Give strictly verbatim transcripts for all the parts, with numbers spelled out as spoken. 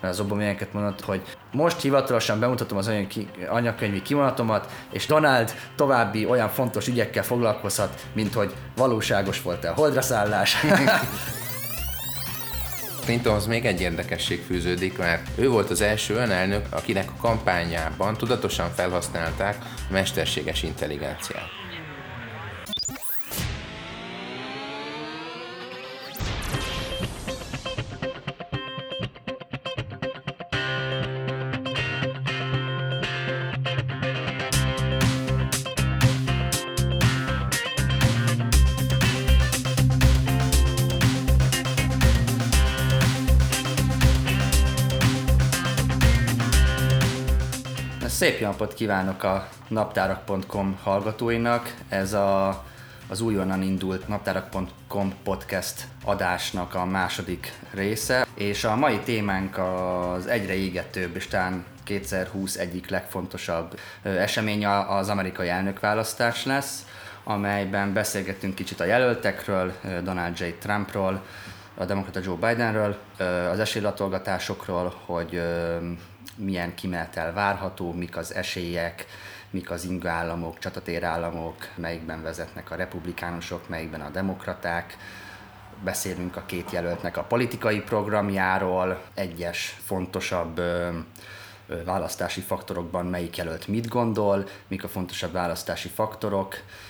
mert az Obama-éneket mondott, hogy most hivatalosan bemutatom az anyakönyvi kimondatomat, és Donald további olyan fontos ügyekkel foglalkozhat, mint hogy valóságos volt-e a holdra szállás. Clintonhoz még egy érdekesség fűződik, mert ő volt az első olyan elnök, akinek a kampányában tudatosan felhasználták a mesterséges intelligenciát. Szép napot kívánok a naptárak pont com hallgatóinak. Ez a, az újonnan indult naptárak pont com podcast adásnak a második része, és a mai témánk az egyre égetőbb és talán kétezer-húsz egyik legfontosabb eseménye az amerikai elnökválasztás lesz, amelyben beszélgetünk kicsit a jelöltekről, Donald J. Trumpról, a demokrata Joe Bidenről, az esélylatolgatásokról, hogy milyen kimenetel várható, mik az esélyek, mik az inga államok, csatatér-államok, melyikben vezetnek a republikánusok, melyikben a demokraták. Beszélünk a két jelöltnek a politikai programjáról, egyes fontosabb ö, ö, választási faktorokban melyik jelölt mit gondol, mik a fontosabb választási faktorok,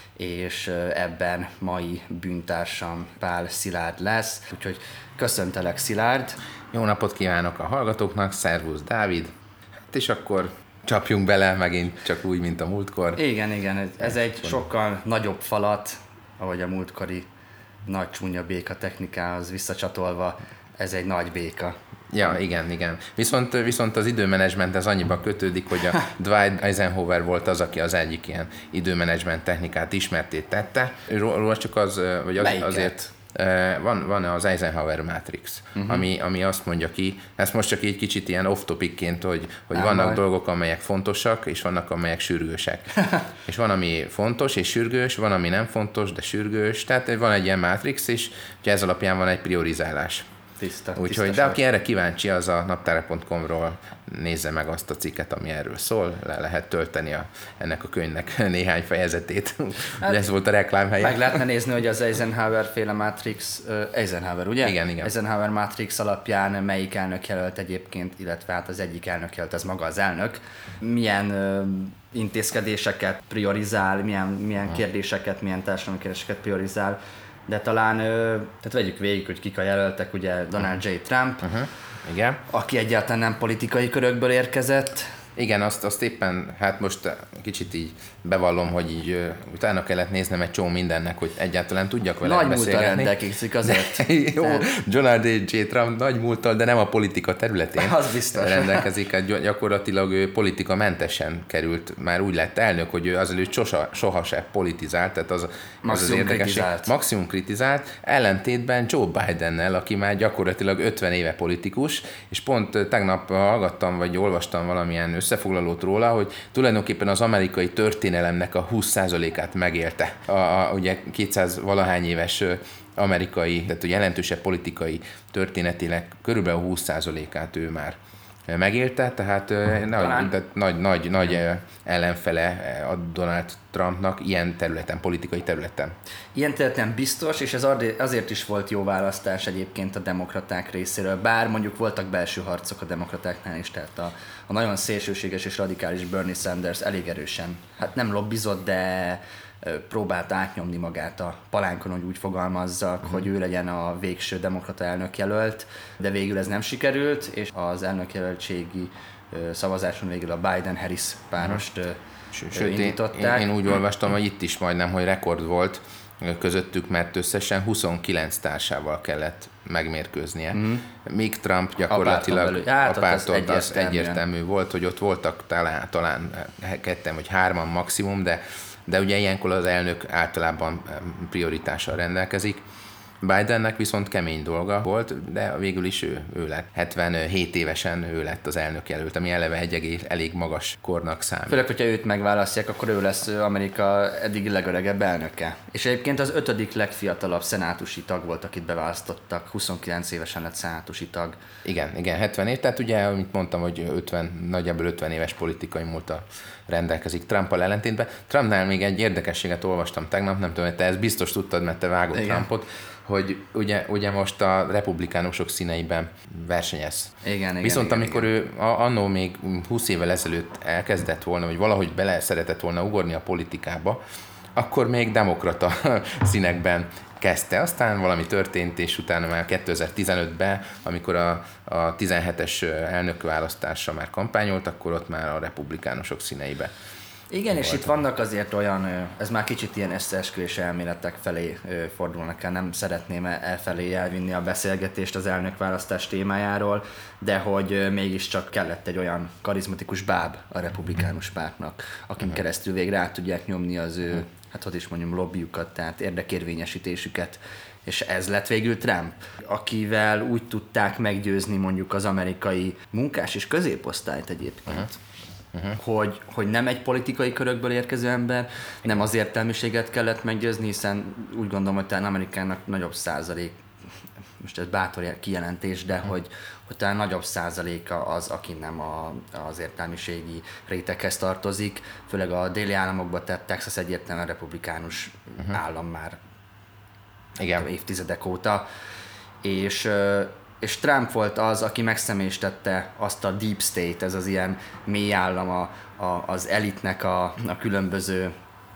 és ebben mai bűntársam Pál Szilárd lesz. Úgyhogy köszöntelek, Szilárd! Jó napot kívánok a hallgatóknak, szervusz Dávid! És akkor csapjunk bele megint csak úgy, mint a múltkor. Igen, igen, ez, ez egy sokkal nagyobb falat, ahogy a múltkori nagy csúnya béka technikához visszacsatolva, ez egy nagy béka. Ja, igen, igen. Viszont, viszont az időmenedzsment ez annyiba kötődik, hogy a Dwight Eisenhower volt az, aki az egyik ilyen időmenedzsment technikát ismertét tette. Róla csak az, vagy az, azért... Van, van az Eisenhower Matrix, uh-huh. ami, ami azt mondja ki, ezt most csak így kicsit ilyen off-topicként, hogy, hogy vannak majd. dolgok, amelyek fontosak, és vannak, amelyek sürgősek. És van, ami fontos és sürgős, van, ami nem fontos, de sürgős, tehát van egy ilyen Matrix, és ez alapján van egy priorizálás. Tiszta, Úgyhogy, de aki erre kíváncsi, az a naptárak pont com-ról nézze meg azt a cikket, ami erről szól, le lehet tölteni a, ennek a könyvnek néhány fejezetét. Hát, ez volt a reklámhelye. Meg lehetne nézni, hogy az Eisenhower-féle Matrix, uh, Eisenhower, ugye? Igen, igen. Eisenhower Matrix alapján melyik elnök jelölt egyébként, illetve hát az egyik elnök jelölt, ez maga az elnök, milyen uh, intézkedéseket priorizál, milyen, milyen kérdéseket, milyen társadalmi kérdéseket priorizál. De talán, tehát vegyük végig, hogy kik a jelöltek, ugye Donald J. Trump, uh-huh. Igen. Aki egyáltalán nem politikai körökből érkezett. Igen, azt, azt éppen, hát most kicsit így bevallom, hogy így uh, utána kellett néznem egy csomó mindennek, hogy egyáltalán tudjak vele nagy beszélgetni. Nagy múltal rendelkezik azért. De, jó, Donald J. Trump nagy múltal, de nem a politika területén az biztos. rendelkezik. Hát gyakorlatilag ő politikamentesen került, már úgy lett elnök, hogy ő azelőtt soha, soha se politizált, tehát az, az az érdekesség. Maximum kritizált, ellentétben Joe Bidennel, aki már gyakorlatilag ötven éve politikus, és pont tegnap hallgattam, vagy olvastam valamilyen összefoglalót róla, hogy tulajdonképpen az amerikai történelemnek a húsz százalékát megélte. A, a ugye kétszáz valahány éves amerikai, tehát jelentősebb politikai történetének körülbelül húsz százalékát ő már megélte, tehát nagy, nagy, nagy, nagy ellenfele a Donald Trumpnak ilyen területen, politikai területen. Ilyen területen biztos, és ez azért is volt jó választás egyébként a demokraták részéről, bár mondjuk voltak belső harcok a demokratáknál is, tehát a, a nagyon szélsőséges és radikális Bernie Sanders elég erősen, hát nem lobbizott, de próbált átnyomni magát a palánkon, hogy úgy fogalmazzak, uh-huh. hogy ő legyen a végső demokrata elnökjelölt, de végül ez nem sikerült, és az elnökjelöltségi szavazáson végül a Biden-Harris párost uh-huh. Sőt, indították. Én, én úgy olvastam, hogy itt is majdnem, hogy rekord volt közöttük, mert összesen huszonkilenc társával kellett megmérkőznie. Mm. Míg Trump gyakorlatilag a, hát, a párton az, az egyértelmű volt, hogy ott voltak talán, talán ketten vagy hárman maximum, de, de ugye ilyenkor az elnök általában prioritással rendelkezik. Bidennek viszont kemény dolga volt, de végül is ő, ő lett. hetvenhét évesen ő lett az elnök jelölt, ami eleve egy elég magas kornak számít. Főleg, hogyha őt megválasztják, akkor ő lesz Amerika eddig legöregebb elnöke. És egyébként az ötödik legfiatalabb szenátusi tag volt, akit beválasztottak. huszonkilenc évesen lett szenátusi tag. Igen, igen, hetven év, tehát ugye, amit mondtam, hogy ötven, nagyjából ötven éves politikai múlta rendelkezik Trumpal ellentétben. Trumpnál még egy érdekességet olvastam tegnap, nem tudom, hogy te ezt biztos tudtad, mert te vágod igen. Trumpot, hogy ugye, ugye most a republikánusok színeiben versenyez. Igen, igen, Viszont igen, amikor igen. ő annó még húsz évvel ezelőtt elkezdett volna, vagy valahogy bele szeretett volna ugorni a politikába, akkor még demokrata színekben kezdte. Aztán valami történt, és utána már kétezer-tizenötben, amikor a, a tizenhetes elnökválasztásra már kampányolt, akkor ott már a republikánusok színeibe. Igen, és itt vannak azért olyan, ez már kicsit ilyen összeesküvés elméletek felé fordulnak el, nem szeretném elfelé elvinni a beszélgetést az elnökválasztás témájáról, de hogy mégiscsak kellett egy olyan karizmatikus báb a republikánus pártnak, akin uh-huh. keresztül végre át tudják nyomni az ő, uh-huh. hát hogy is mondjam, lobbyukat, tehát érdekérvényesítésüket. És ez lett végül Trump, akivel úgy tudták meggyőzni mondjuk az amerikai munkás és középosztályt egyébként. Uh-huh. Uh-huh. Hogy, hogy nem egy politikai körökből érkező ember, nem az értelmiséget kellett meggyőzni, hiszen úgy gondolom, hogy talán Amerikának nagyobb százalék, most ez bátor kijelentés, de uh-huh. hogy, hogy talán nagyobb százaléka az, aki nem a, az értelmiségi réteghez tartozik, főleg a déli államokban, tehát Texas egyértelműen republikánus uh-huh. állam már igen. évtizedek óta, és és Trump volt az, aki megszemélyesítette azt a deep state, ez az ilyen mély állam a, a, az elitnek a, a különböző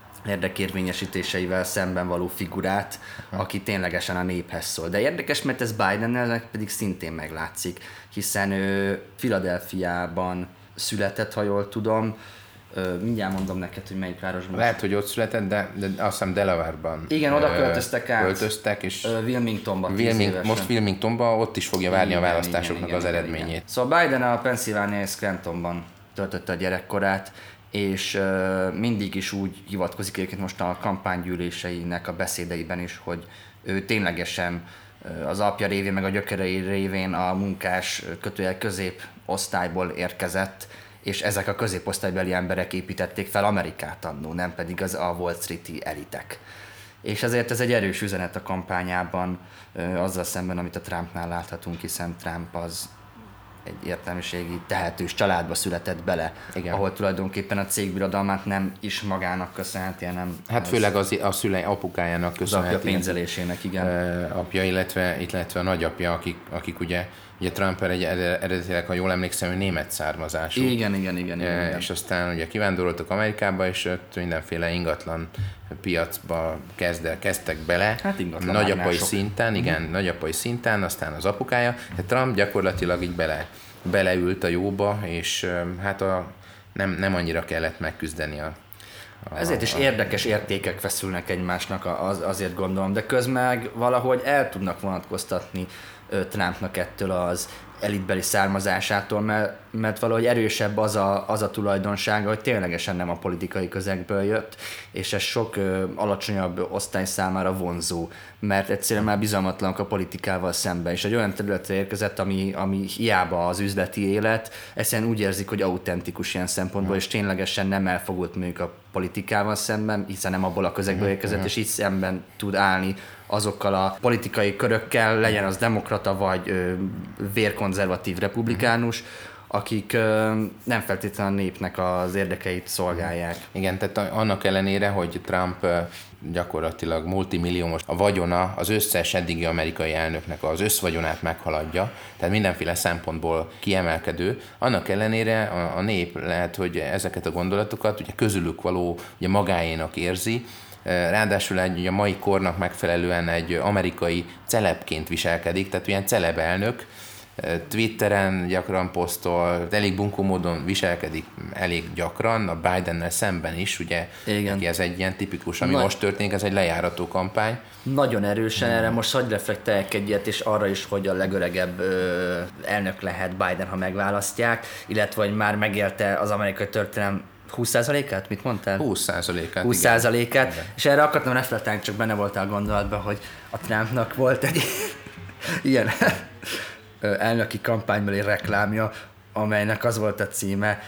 érdekérvényesítéseivel szemben való figurát, aki ténylegesen a néphez szól. De érdekes, mert ez Bidennel pedig szintén meglátszik, hiszen ő Philadelphiában született, ha jól tudom. Mindjárt mondom neked, hogy melyik városban. Lehet, hogy ott született, de, de azt hiszem Delaware-ban. Igen, oda költöztek át. Költöztek, és Wilmingtonba Wilming, most Wilmingtonba ott is fogja várni igen, a választásoknak igen, igen, az eredményét. Igen. Szóval Biden a Pennsylvania Scrantonban töltötte a gyerekkorát, és uh, mindig is úgy hivatkozik egyébként most a kampánygyűléseinek a beszédeiben is, hogy ő ténylegesen uh, az apja révén, meg a gyökerei révén a munkás kötőjel középosztályból érkezett, és ezek a középosztálybeli emberek építették fel Amerikát annó, nem pedig az a Wall Street-i elitek. És ezért ez egy erős üzenet a kampányában azzal szemben, amit a Trumpnál láthatunk, hiszen Trump az egy értelmiségi, tehetős családba született bele, igen. ahol tulajdonképpen a cégbirodalmát nem is magának köszönheti, hanem... Hát az főleg az, a szülei apukájának köszönheti. Az apja pénzelésének, igen. Apja, illetve, illetve a nagyapja, akik, akik ugye, ugye Trump egy eredetileg, ha jól emlékszem, hogy német származású. Igen, igen, igen, igen, igen. És aztán ugye kivándoroltak Amerikába, és ott mindenféle ingatlan piacba kezd, kezdtek bele. Hát ingatlan nagyapai szinten, igen, mm. nagyapai szinten, aztán az apukája. Hát Trump gyakorlatilag így bele, beleült a jóba, és hát a, nem, nem annyira kellett megküzdeni a A, Ezért is a... érdekes értékek feszülnek egymásnak, az, azért gondolom, de közben valahogy el tudnak vonatkoztatni Trumpnak ettől az elitbeli származásától, mert, mert valahogy erősebb az a, az a tulajdonsága, hogy ténylegesen nem a politikai közegből jött, és ez sok ö, alacsonyabb osztály számára vonzó, mert egyszerűen már bizalmatlanok a politikával szemben, és egy olyan területre érkezett, ami, ami hiába az üzleti élet, egyszerűen úgy érzik, hogy autentikus ilyen szempontból, és ténylegesen nem elfogult mondjuk a politikával szemben, hiszen nem abból a közegből érkezett, és így szemben tud állni azokkal a politikai körökkel, legyen az demokrata vagy ö, vérkonzervatív republikánus, akik ö, nem feltétlenül a népnek az érdekeit szolgálják. Igen, tehát annak ellenére, hogy Trump gyakorlatilag multimilliómos, a vagyona az összes eddigi amerikai elnöknek az összvagyonát meghaladja, tehát mindenféle szempontból kiemelkedő. Annak ellenére a, a nép lehet, hogy ezeket a gondolatokat ugye közülük való ugye magáénak érzi, ráadásul egy a mai kornak megfelelően egy amerikai celebként viselkedik, tehát ilyen celeb elnök, Twitteren gyakran posztol, elég bunkó módon viselkedik elég gyakran, a Bidennel szemben is, ugye neki ez egy ilyen tipikus, ami Nagy... most történik, ez egy lejárató kampány. Nagyon erősen, hmm. erre most hadd reflektálják egyet, és arra is, hogy a legöregebb ö, elnök lehet Biden, ha megválasztják, illetve hogy már megélte az amerikai történelem húsz százalékát? Mit mondtál? húsz százalékát, húsz százalékát, és erre akartam reflektálni, csak benne voltál gondolatban, hogy a Trumpnak volt egy ilyen elnöki kampánybeli reklámja, amelynek az volt a címe,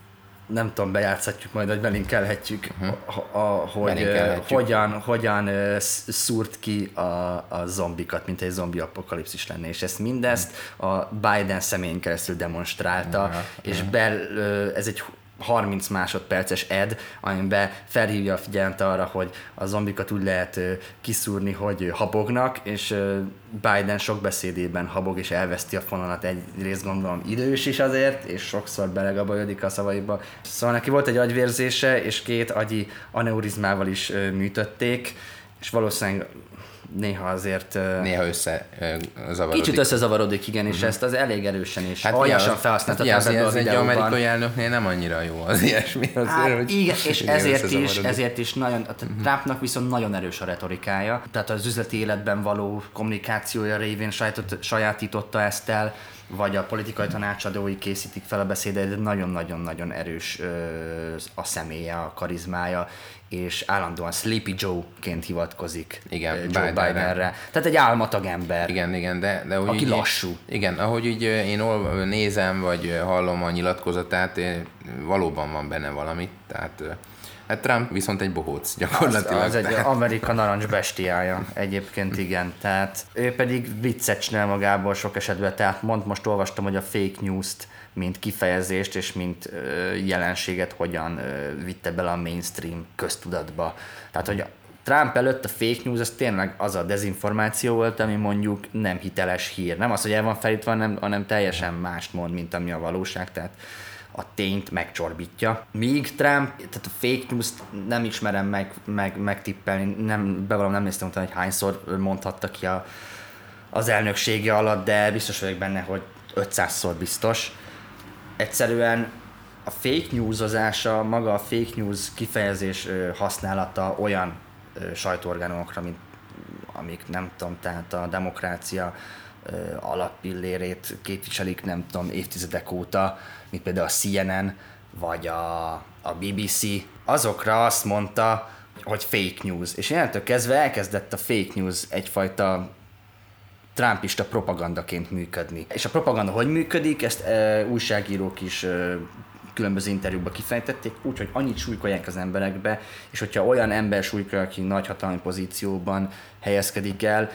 nem tudom, bejátszhatjuk majd, vagy belinkelhetjük, uh-huh. a, a, hogy belinkelhetjük. hogyan, hogyan szúrt ki a, a zombikat, mint egy zombi apokalipszis lenne, és ezt mindezt a Biden személyén keresztül demonstrálta, uh-huh. és be, ez egy harminc másodperces ad, amiben felhívja a figyelmet arra, hogy a zombikat úgy lehet kiszúrni, hogy habognak, és Biden sok beszédében habog, és elveszti a fonalat, egyrészt gondolom idős is azért, és sokszor belegabajodik a szavaiba. Szóval neki volt egy agyvérzése, és két agyi aneurizmával is műtötték, és valószínűleg néha azért... Néha összezavarodik. Kicsit összezavarodik, igen, és uh-huh. ezt az elég erősen is hát aljasan felhasználtatták hát ebben a videóban. Ez egy amerikai elnöknél nem annyira jó az ilyesmi. Azért, hát, hogy igen, és ezért is, ezért is nagyon, a Trumpnak viszont nagyon erős a retorikája, tehát az üzleti életben való kommunikációja révén sajátot, sajátította ezt el, vagy a politikai tanácsadói készítik fel a beszédet, de nagyon-nagyon-nagyon erős ö, a személye, a karizmája, és állandóan Sleepy Joe-ként hivatkozik igen, Joe Bidenre. Bidenre. Tehát egy álmatag ember, igen, igen, de, de aki így, lassú. Igen, ahogy így én nézem, vagy hallom a nyilatkozatát, valóban van benne valami, tehát hát Trump viszont egy bohóc gyakorlatilag. Az, az egy Amerika narancs bestiája egyébként, igen. Tehát ő pedig viccet csinál magából sok esetben, tehát mond, most olvastam, hogy a fake news-t, mint kifejezést és mint ö, jelenséget hogyan ö, vitte bele a mainstream köztudatba. Tehát, hogy Trump előtt a fake news az tényleg az a dezinformáció volt, ami mondjuk nem hiteles hír. Nem az, hogy el van felítve, hanem, hanem teljesen mást mond, mint ami a valóság. Tehát a tényt megcsorbítja. Míg Trump, tehát a fake news-t nem ismerem meg, meg, megtippelni, nem, bevallom, nem néztem utána, hogy hányszor mondhatta ki a, az elnöksége alatt, de biztos vagyok benne, hogy ötszázszor biztos. Egyszerűen a fake newsozása, maga a fake news kifejezés használata olyan sajtóorgánumokra, mint amik nem tudom, tehát a demokrácia alappillérét képviselik, nem tudom, évtizedek óta, mint például a C N N, vagy a, a B B C, azokra azt mondta, hogy fake news. És innentől kezdve elkezdett a fake news egyfajta trumpista propagandaként működni. És a propaganda hogy működik, ezt e, újságírók is e, különböző interjúkban kifejtették, úgyhogy annyit súlykolják az emberekbe, és hogyha olyan ember súlykolja, aki nagy hatalmi pozícióban helyezkedik el,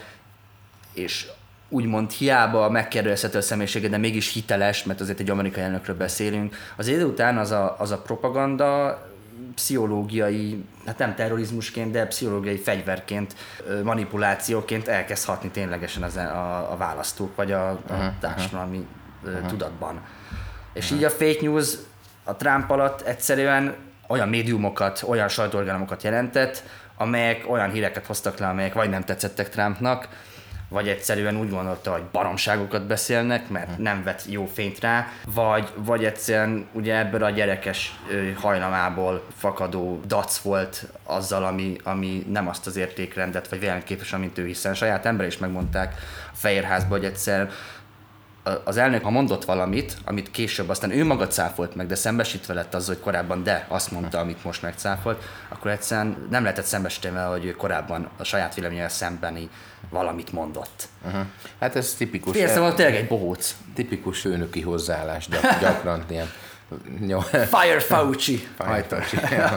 és úgymond hiába megkérdőjelezhető a személyisége, de mégis hiteles, mert azért egy amerikai elnökről beszélünk, az idő után az a, az a propaganda pszichológiai, hát nem terrorizmusként, de pszichológiai fegyverként, manipulációként elkezd hatni ténylegesen az, a, a választók, vagy a, a uh-huh, társadalmi uh-huh. tudatban. És uh-huh. így a fake news a Trump alatt egyszerűen olyan médiumokat, olyan sajtóorgánumokat jelentett, amelyek olyan híreket hoztak le, amelyek vagy nem tetszettek Trumpnak, vagy egyszerűen úgy gondolta, hogy baromságokat beszélnek, mert nem vett jó fényt rá, vagy, vagy egyszerűen ugye ebből a gyerekes hajlamából fakadó dac volt azzal, ami, ami nem azt az értékrendet, vagy véleményképes, amint ő, hiszen saját ember is megmondták a Fehérházban, hogy egyszer az elnök, ha mondott valamit, amit később aztán ő maga cáfolt meg, de szembesítve lett azzal, hogy korábban de azt mondta, amit most megcáfolt, akkor egyszerűen nem lehetett szembesíteni vele, hogy ő korábban a saját véleményével szembeni valamit mondott. Uh-huh. Hát ez tipikus. Persze van tényleg egy bohóc. Tipikus főnöki hozzáállás, gyak, gyakran ilyen. Jó. Fire Fauci! Fire Fauci.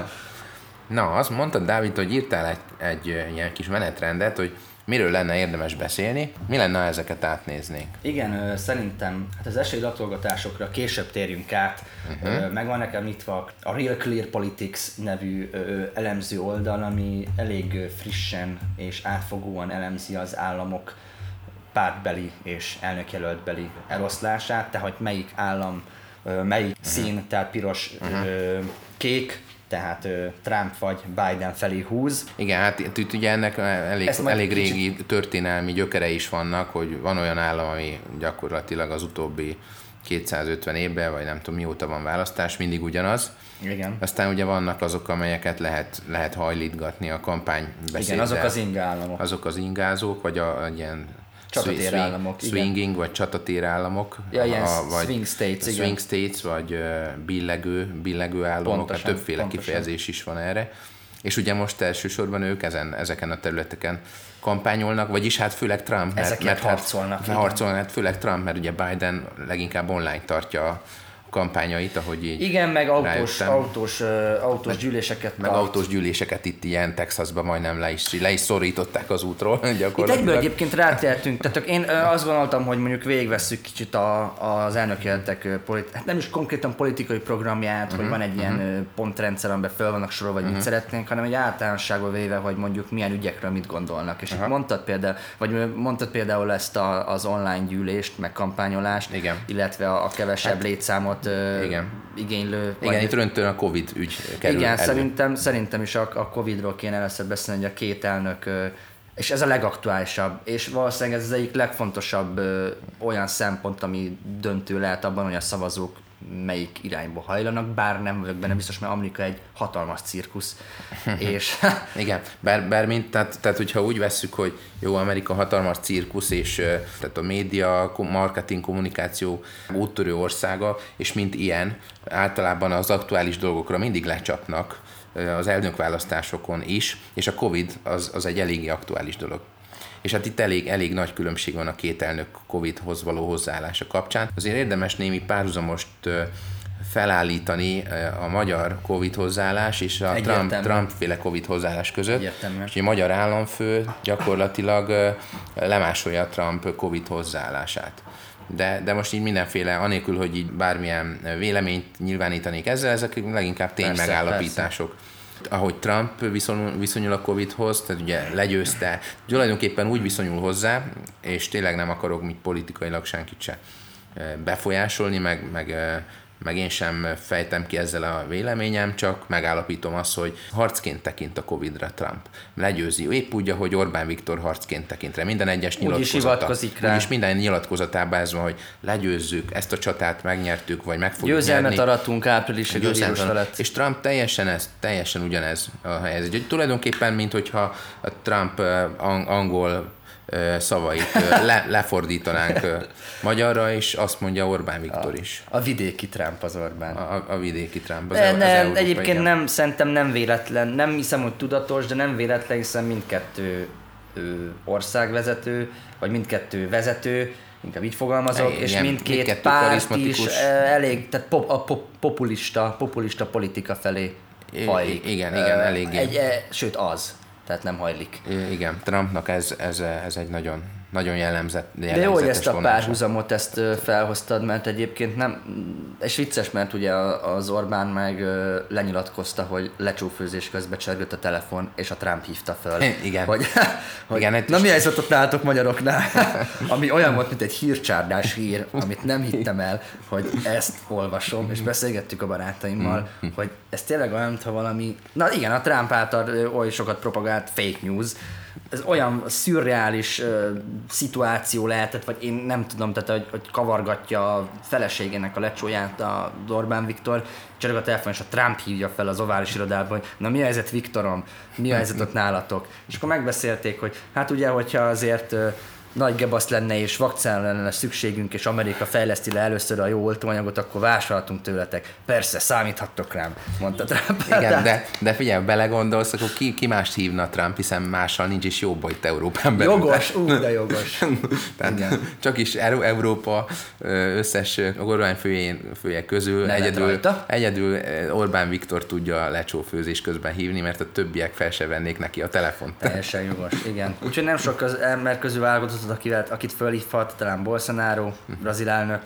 Na, azt mondtad, Dávid, hogy írtál egy, egy ilyen kis menetrendet, hogy miről lenne érdemes beszélni, mi lenne, ha ezeket átnéznénk? Igen, szerintem hát az esélylatolgatásokra később térjünk át. Uh-huh. Meg van nekem nyitva a Real Clear Politics nevű elemző oldal, ami elég frissen és átfogóan elemzi az államok pártbeli és elnökjelöltbeli eloszlását, tehát melyik állam, melyik uh-huh. szín, tehát piros, uh-huh. kék, tehát Trump vagy Biden felé húz. Igen, hát itt ugye ennek elég, elég régi kicsit... történelmi gyökere is vannak, hogy van olyan állam, ami gyakorlatilag az utóbbi kétszázötven évben, vagy nem tudom mióta van választás, mindig ugyanaz. Igen. Aztán ugye vannak azok, amelyeket lehet, lehet hajlítgatni a kampánybeszédben. Igen, azok az ingállamok. Azok az ingázók, vagy a, a ilyen Csatatér államok, swinging, vagy csatatér államok. Ja, ilyen a, vagy swing states, swing igen. states, vagy uh, billegő, billegő államok, pontosan, hát többféle pontosan. Kifejezés is van erre. És ugye most elsősorban ők ezen, ezeken a területeken kampányolnak, vagyis hát főleg Trump, mert, Ezeket mert harcolnak. Hát, harcolnak, hát főleg Trump, mert ugye Biden leginkább online tartja a kampányait, ahogy így igen, meg autós, autós, uh, autós gyűléseket meg tart. autós gyűléseket itt ilyen Texasban majdnem le is, le is szorították az útról gyakorlatilag. Itt egyből egyébként rátértünk, tehát én azt gondoltam, hogy mondjuk végigvesszük kicsit a, az elnökjeltek politi- hát nem is konkrétan politikai programját, uh-huh, hogy van egy uh-huh. ilyen pontrendszer, amiben fel vannak sorolva, vagy uh-huh. mit szeretnénk, hanem egy általánosságban véve, hogy mondjuk milyen ügyekről mit gondolnak. És uh-huh. itt mondtad például, vagy mondtad például ezt a, az online gyűlést, meg kampányolást, igen. illetve a, a kevesebb hát, létszámot igen. igénylő. Igen, vagy... itt röntön a Covid ügy kerül igen, elő. szerintem, szerintem is a, a Covidról kéne először beszélni, hogy a két elnök, és ez a legaktuálisabb, és valószínűleg ez az egyik legfontosabb ö, olyan szempont, ami döntő lehet abban, hogy a szavazók melyik irányba hajlanak, bár nem vagyok benne biztos, mert Amerika egy hatalmas cirkusz. és igen, bár, bár mint, tehát, tehát hogyha úgy vesszük, hogy jó, Amerika hatalmas cirkusz, és tehát a média, marketing, kommunikáció úttörő országa, és mint ilyen, általában az aktuális dolgokra mindig lecsapnak, az elnökválasztásokon is, és a Covid az, az egy eléggé aktuális dolog. És hát itt elég, elég nagy különbség van a két elnök Covidhoz való hozzáállása kapcsán. Azért érdemes némi párhuzamost felállítani a magyar Covid hozzáállás és a Trump, Trump-féle Covid hozzáállás között. És a magyar államfő gyakorlatilag lemásolja a Trump Covid hozzáállását. De, de most így mindenféle, anélkül, hogy így bármilyen véleményt nyilvánítanék ezzel, ezek leginkább ténymegállapítások. Persze. Ahogy Trump viszonyul, viszonyul a Covidhoz, tehát ugye legyőzte, tulajdonképpen úgy viszonyul hozzá, és tényleg nem akarok mit politikailag senkit se befolyásolni, meg, meg, meg én sem fejtem ki ezzel a véleményem, csak megállapítom azt, hogy harcként tekint a Covidra Trump. Legyőzi, épp úgy, ahogy Orbán Viktor harcként tekintre. Minden egyes nyilatkozata. Úgyis minden nyilatkozatában ez van, hogy legyőzzük, ezt a csatát megnyertük, vagy meg fogjuk győzelmet nyerni. Győzelmet aratunk áprilisig a vírus felett. És Trump teljesen, ez, teljesen ugyanez a helyzet. Úgy, tulajdonképpen, mint hogyha a Trump angol szavait le, lefordítanánk magyarra, és azt mondja Orbán Viktor is. A, a vidéki Trump az Orbán. A, a vidéki Trump. Az de, az nem, egyébként nem, szerintem nem véletlen, nem hiszem, hogy tudatos, de nem véletlen, hiszen mindkettő ő, országvezető, vagy mindkettő vezető, inkább így fogalmazok, igen, és mindkét párt is elég, tehát pop, a pop, populista, populista politika felé hajlik. Igen, igen, eléggé. Egy, e, sőt az. Tehát nem hajlik. Igen, Trumpnak ez, ez, ez egy nagyon, nagyon jellemzet, jellemzetes. De jó, hogy ezt a párhuzamot ezt felhoztad, mert egyébként nem, és vicces, mert ugye az Orbán meg lenyilatkozta, hogy lecsófőzés közben csörgött a telefon, és a Trump hívta föl. Igen. Hogy, hogy igen, na mi helyzet ott nálatok magyaroknál? Ami olyan volt, mint egy hírcsárdás hír, amit nem hittem el, hogy ezt olvasom, és beszélgettük a barátaimmal, hogy ez tényleg olyan, mintha valami, na igen, a Trump által oly sokat propagált fake news, ez olyan szürreális uh, szituáció lehetett, vagy én nem tudom, tehát hogy, hogy kavargatja a feleségének a lecsóját a Orbán Viktor, csörög a telefon, és a Trump hívja fel az ovális irodában, hogy na mi a helyzet Viktorom, mi a helyzet ott nálatok? És akkor megbeszélték, hogy hát ugye, hogyha azért uh, nagy gebasz lenne és vakcinára lenne szükségünk, és Amerika fejleszti le először a jó oltóanyagot, akkor vásárolhatunk tőletek. Persze, számíthattok rám, mondta Trump. Igen, de, de figyelj, belegondolsz, akkor ki, ki mást hívna Trump, hiszen mással nincs is jobb itt Európán belül. Jogos, ú, de jogos. Tehát igen. Csak is Európa összes kormányfője közül egyedül, egyedül Orbán Viktor tudja a lecsófőzés közben hívni, mert a többiek fel se vennék neki a telefont. Teljesen jogos, igen. Úgyhogy nem sok az ember közül válogatott, Akivel, akit fölhívhat, talán Bolsonaro, brazil elnök,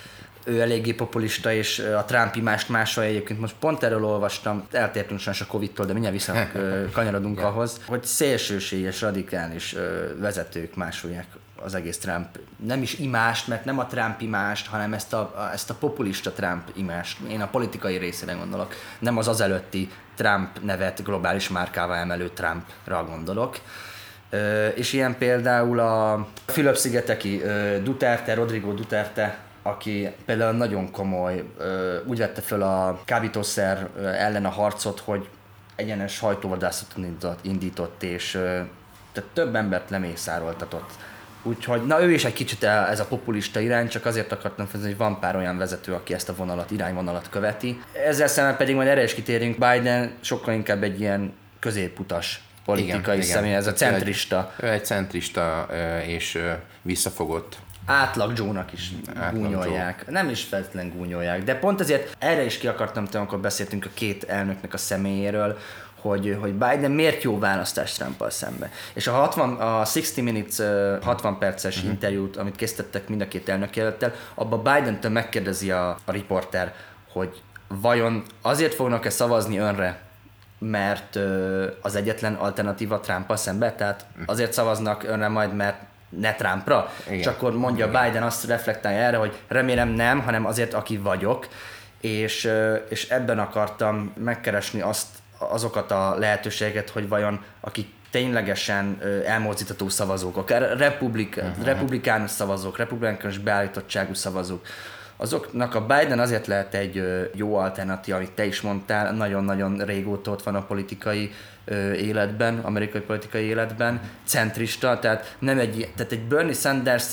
ő eléggé populista, és a Trump imást másolja egyébként. Most pont erről olvastam, eltértünk sajnos a Covid-tól, de mindjárt vissza kanyarodunk yeah. ahhoz, hogy szélsőséges, radikális vezetők másolják az egész Trump. Nem is imást, mert nem a Trump imást, hanem ezt a, ezt a populista Trump imást. Én a politikai részére gondolok, nem az azelőtti Trump nevet globális márkává emelő Trumpra gondolok. Uh, és ilyen például a Fülöp-szigeteki uh, Duterte, Rodrigo Duterte, aki például nagyon komoly, uh, úgy vette föl a kábítószer uh, ellen a harcot, hogy egyenes hajtóvadászatot indított, indított és uh, tehát több embert lemészároltatott Úgyhogy, na ő is egy kicsit ez a populista irány, csak azért akartam felhozni, hogy van pár olyan vezető, aki ezt a vonalat, irányvonalat követi. Ezzel szemben pedig majd erre is kitérünk, Biden sokkal inkább egy ilyen középutas politikai igen, személy, igen. Ez a centrista. Ő egy, ő egy centrista és visszafogott. Átlag Joe-nak is Átlag gúnyolják. Joe. Nem is feltétlenül gúnyolják, de pont ezért erre is ki akartam tenni, amikor beszéltünk a két elnöknek a személyéről, hogy, hogy Biden miért jó választás Trumpal szembe. És a, hatvan, a hatvan minutes, hatvan perces uh-huh. interjút, amit készítettek mind a két elnökjelölttel, abban Bidentől megkérdezi a, a riporter, hogy vajon azért fognak-e szavazni önre, mert az egyetlen alternatíva Trumpal szembe, tehát azért szavaznak önre majd, mert ne Trumpra, igen. És akkor mondja igen. Biden azt reflektálja erre, hogy remélem nem, hanem azért, aki vagyok, és, és ebben akartam megkeresni azt, azokat a lehetőségeket, hogy vajon akik ténylegesen elmozdítható szavazók, akár republik, uh-huh. republikánus szavazók, republikánus beállítottságú szavazók, azoknak a Biden azért lehet egy jó alternatíva, amit te is mondtál, nagyon-nagyon régóta ott van a politikai életben, amerikai politikai életben, centrista, tehát nem egy, tehát egy Bernie Sanders,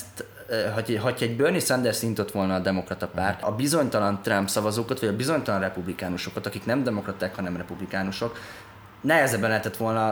ha egy Bernie Sanders intott volna a demokrata párt, a bizonytalan Trump szavazókat, vagy a bizonytalan republikánusokat, akik nem demokraták, hanem republikánusok, nehezebben lehetett volna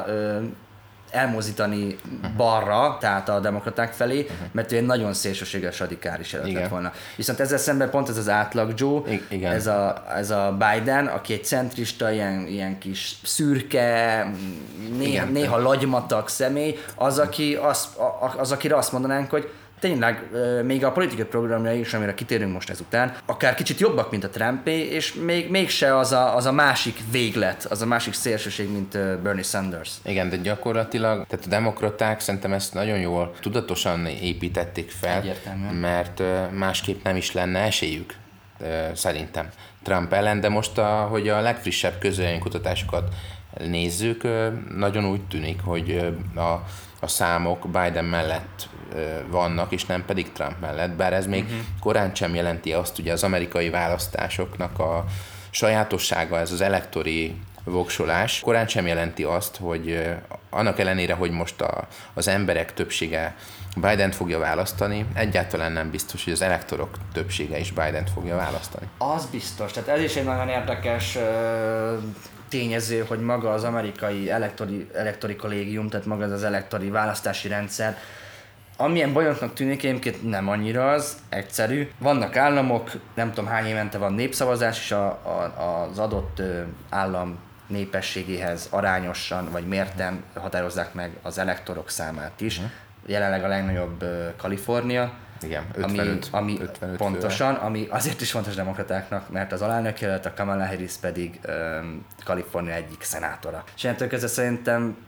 elmozdítani balra, tehát a demokraták felé, uh-huh. mert ő egy nagyon szélsőséges radikális lett volna. Viszont ezzel szemben pont ez az átlag Joe, I- ez, a, ez a Biden, aki egy centrista, ilyen, ilyen kis szürke, néha, néha lagymatag személy, az, aki az, az, akire azt mondanánk, hogy tényleg még a politikai programjai is, amire kitérünk most ezután, akár kicsit jobbak, mint a Trumpé, és még, mégse az a, az a másik véglet, az a másik szélsőség, mint Bernie Sanders. Igen, de gyakorlatilag, tehát a demokraták szerintem ezt nagyon jól, tudatosan építették fel, egyértelműen. Mert másképp nem is lenne esélyük, szerintem Trump ellen, de most, a, hogy a legfrissebb közvéleménykutatásokat nézzük, nagyon úgy tűnik, hogy a, a számok Biden mellett vannak, és nem pedig Trump mellett, bár ez még uh-huh. korán sem jelenti azt, ugye az amerikai választásoknak a sajátossága, ez az elektori voksolás, korán sem jelenti azt, hogy annak ellenére, hogy most a, az emberek többsége Bident fogja választani, egyáltalán nem biztos, hogy az elektorok többsége is Bident fogja választani. Az biztos, tehát ez is egy nagyon érdekes uh... tényező, hogy maga az amerikai elektori, elektori kollégium, tehát maga az elektori választási rendszer, amilyen bonyolultnak tűnik, egyébként nem annyira az, egyszerű. Vannak államok, nem tudom hány évente van népszavazás, és a, a, az adott állam népességéhez arányosan vagy mérten határozzák meg az elektorok számát is. Uh-huh. Jelenleg a legnagyobb Kalifornia, igen, ötvenöt, ami, ami ötvenöt pontosan, főre. Ami azért is fontos demokratáknak, mert az alelnök jelölt, a Kamala Harris pedig um, Kalifornia egyik szenátora. És ettől közben szerintem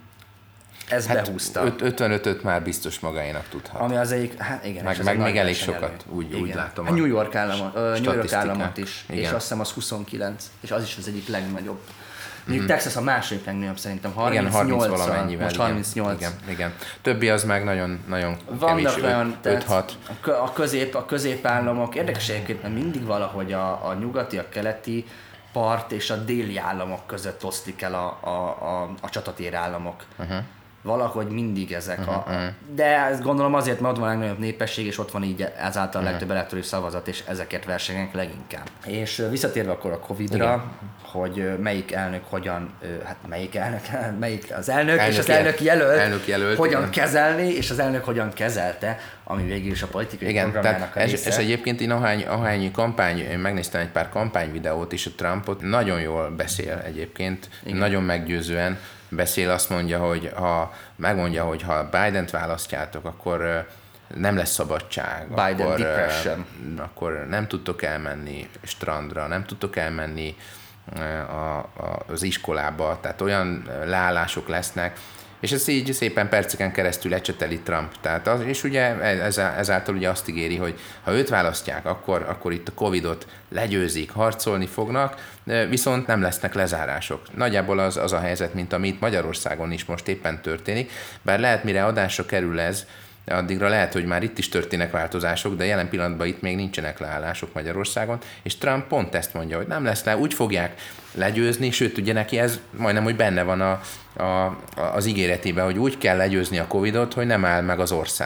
ez hát behúzta. ötvenötöt már biztos magáénak tudhat. Ami az egyik, hát igen. Meg, meg még elég sokat, úgy, úgy látom. A New York államot, uh, New York államot is, igen. És azt hiszem az huszonkilenc, és az is az egyik legnagyobb. Mondjuk mm. Texas a második legnagyobb szerintem, harmincnyolc, igen, harminc valamennyivel. Most harmincnyolc. Igen, igen. Többi az meg nagyon, nagyon vannak kevés, olyan, öt-hat. A, közép, a középállamok, érdekes egyébként, mert mindig valahogy a, a nyugati, a keleti part és a déli államok között osztik el a, a, a, a csatatér államok. Uh-huh. Valahogy mindig ezek uh-huh. a... De ezt gondolom azért, mert ott van a legnagyobb népesség, és ott van így ezáltal a uh-huh. legtöbb elektoris szavazat, és ezeket versenyek leginkább. És visszatérve akkor a Covidra, igen. hogy melyik elnök hogyan, hát melyik elnök, melyik az elnök, elnök és az elnök jelölt, elnök jelölt hogyan igen. kezelni, és az elnök hogyan kezelte, ami végül is a politikai igen, programjának a része. És egyébként én ahány, ahány kampány, én megnéztem egy pár kampányvideót, és a Trumpot nagyon jól beszél egyébként, igen. nagyon meggyőzően beszél, azt mondja, hogy ha megmondja, hogy ha Bident választjátok, akkor nem lesz szabadság, Biden akkor, depression. akkor nem tudtok elmenni strandra, nem tudtok elmenni a, a, az iskolába, tehát olyan leállások lesznek, és ez így szépen perceken keresztül ecseteli Trump. Tehát az, és ugye ezáltal ugye azt ígéri, hogy ha őt választják, akkor, akkor itt a Covidot legyőzik, harcolni fognak, viszont nem lesznek lezárások. Nagyjából az, az a helyzet, mint amit Magyarországon is most éppen történik, bár lehet, mire adásra kerül ez, addigra lehet, hogy már itt is történnek változások, de jelen pillanatban itt még nincsenek leállások Magyarországon, és Trump pont ezt mondja, hogy nem lesz le, úgy fogják legyőzni, sőt, ugye neki ez majdnem, hogy benne van a, a, az ígéretében, hogy úgy kell legyőzni a Covidot, hogy nem áll meg az ország.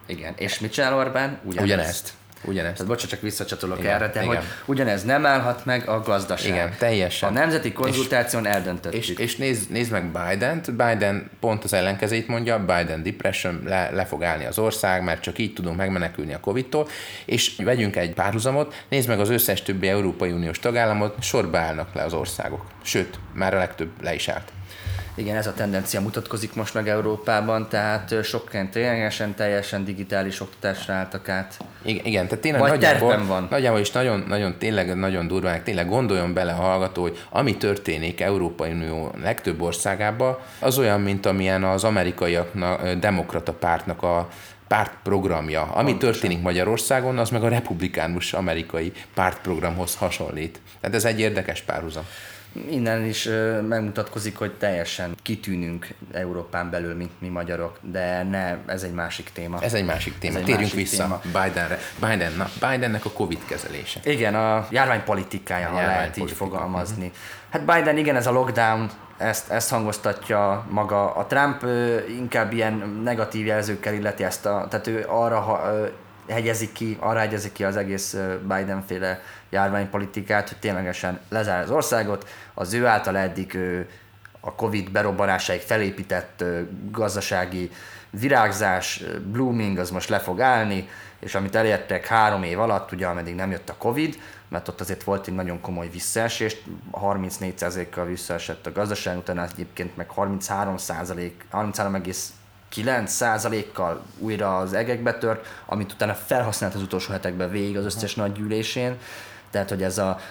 Igen. És mit csinál Orbán? Ugyanezt. Ugyanezt. Ugyanezt. Tehát bocsánat, csak visszacsatolok igen, erre, de igen. hogy ugyanez nem állhat meg a gazdaság. Igen, teljesen. A nemzeti konzultáción és, eldöntöttük. És, és nézd, nézd meg Bident. Biden pont az ellenkezét mondja, Biden depression, le, le fog állni az ország, mert csak így tudunk megmenekülni a Covid-tól. És vegyünk egy párhuzamot, nézd meg az összes többi Európai Uniós tagállamot, sorba állnak le az országok. Sőt, már a legtöbb le is állt. Igen, ez a tendencia mutatkozik most meg Európában, tehát sokan ténylegesen teljesen digitális oktatásra álltak át. Igen, igen tehát tényleg vagy nagyjából, van. nagyjából is nagyon, nagyon, tényleg nagyon durván, tényleg gondoljon bele a hallgató, hogy ami történik Európai Unió legtöbb országában, az olyan, mint amilyen az amerikaiaknak, demokrata pártnak a pártprogramja. Ami Pontosan. történik Magyarországon, az meg a republikánus amerikai pártprogramhoz hasonlít. Tehát ez egy érdekes párhuzam. Innen is uh, megmutatkozik, hogy teljesen kitűnünk Európán belül, mint mi magyarok, de ne, ez egy másik téma. Ez egy másik téma. Egy Térjünk másik vissza téma. Bidenre. Biden, na, Bidennek a Covid kezelése. Igen, a járványpolitikája, ha lehet így fogalmazni. Uh-huh. Hát Biden, igen, ez a lockdown, ezt, ezt hangoztatja maga. A Trump uh, inkább ilyen negatív jelzőkkel illeti ezt a, tehát ő arra ha, uh, hegyezik ki, arra hegyezik ki az egész Biden-féle járványpolitikát, hogy ténylegesen lezár az országot, az ő által eddig a Covid berobbanásáig felépített gazdasági virágzás, blooming, az most le fog állni, és amit elértek három év alatt, ugye ameddig nem jött a Covid, mert ott azért volt egy nagyon komoly visszaesés, harmincnégy százalékkal visszaesett a gazdaság, utána egyébként meg harminchárom százalék, harminchárom egész kilenc százalékkal újra az egekbe tört, amit utána felhasznált az utolsó hetekben végig az összes nagy gyűlésén. Tehát, hogy ez a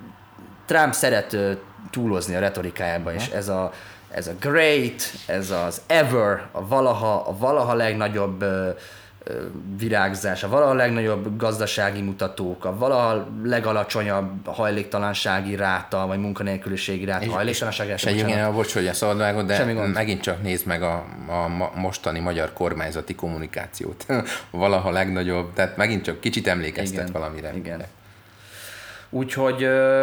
Trump szeret túlozni a retorikájában, és ez a, ez a great, ez az ever, a valaha, a valaha legnagyobb virágzás, a valaha legnagyobb gazdasági mutatók, a valaha legalacsonyabb hajléktalansági ráta, vagy munkanélküliségi ráta, hajléktalansági ráta. És egyébként, bocs, hogy a szabadvágod, de megint csak nézd meg a, a mostani magyar kormányzati kommunikációt. Valaha legnagyobb, tehát megint csak kicsit emlékeztet igen, valamire. Igen. Úgyhogy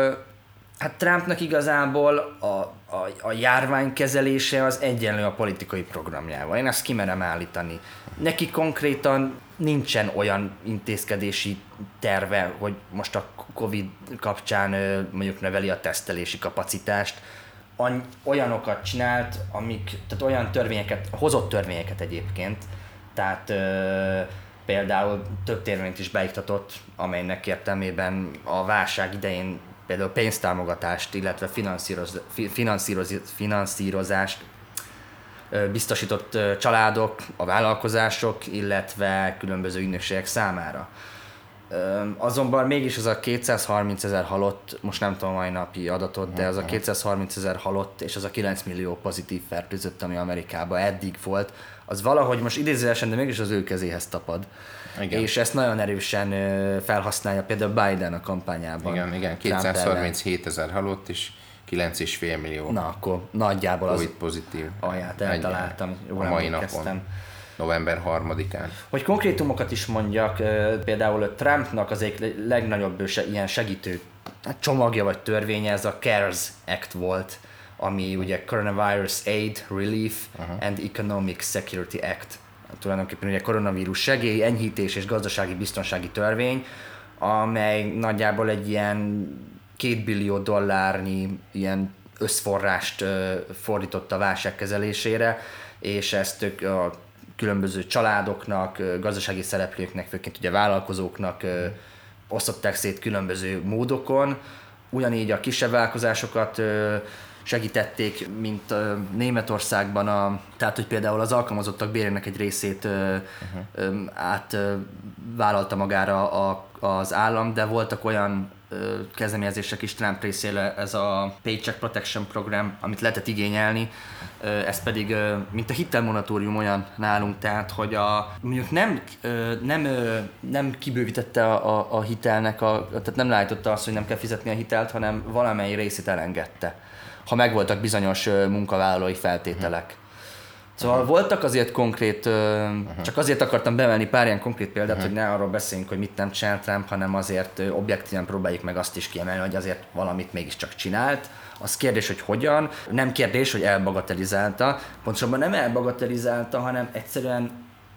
hát Trumpnak igazából a, a, a járvány kezelése az egyenlő a politikai programjával. Én ezt kimerem állítani. Neki konkrétan nincsen olyan intézkedési terve, hogy most a Covid kapcsán mondjuk növeli a tesztelési kapacitást. Olyanokat csinált, amik, tehát olyan törvényeket, hozott törvényeket egyébként, tehát például több törvényt is beiktatott, amelynek értelmében a válság idején például pénztámogatást, illetve finanszíroz, finanszíroz, finanszírozást biztosított családok, a vállalkozások, illetve különböző ügynökségek számára. Azonban mégis az a kétszázharmincezer halott, most nem tudom a mai napi adatot, de az a kétszázharmincezer halott és az a kilenc millió pozitív fertőzött, ami Amerikában eddig volt, az valahogy most idézőjelesen, de mégis az ő kezéhez tapad. Igen. És ezt nagyon erősen felhasználja például Biden a kampányában. Igen, igen, kétszázharminchétezer halott és kilenc egész öt millió. Na akkor nagyjából Covid az pozitív. Alját eltaláltam, jól a mai napon, november harmadikán. Hogy konkrétumokat is mondjak, például Trumpnak az egyik legnagyobb ilyen segítő csomagja vagy törvénye, ez a CARES Act volt, ami ugye Coronavirus Aid, Relief uh-huh. and Economic Security Act. Tulajdonképpen ugye koronavírus segély, enyhítés és gazdasági biztonsági törvény, amely nagyjából egy ilyen két billió dollárnyi ilyen összforrást uh, fordított a válság kezelésére, és ezt ők a különböző családoknak, uh, gazdasági szereplőknek, főként ugye vállalkozóknak uh, osztották szét különböző módokon. Ugyanígy a kisebb vállalkozásokat uh, segítették, mint uh, Németországban, a, tehát hogy például az alkalmazottak bérének egy részét uh, uh-huh. um, átvállalta uh, magára a, az állam, de voltak olyan uh, kezdeményezések is Trump részéről, ez a Paycheck Protection Program, amit lehetett igényelni, uh, ez pedig uh, mint a hitelmoratórium olyan nálunk, tehát hogy a, mondjuk nem, uh, nem, uh, nem kibővítette a, a, a hitelnek, a, tehát nem állította azt, hogy nem kell fizetni a hitelt, hanem valamely részét elengedte, ha megvoltak bizonyos munkavállalói feltételek. Szóval uh-huh. voltak azért konkrét, uh-huh. csak azért akartam bevenni pár ilyen konkrét példát, uh-huh. hogy ne arról beszéljünk, hogy mit nem csinált Trump, hanem azért objektíven próbáljuk meg azt is kiemelni, hogy azért valamit mégiscsak csinált. Az kérdés, hogy hogyan. Nem kérdés, hogy elbagatelizálta. Pontosabban nem elbagatelizálta, hanem egyszerűen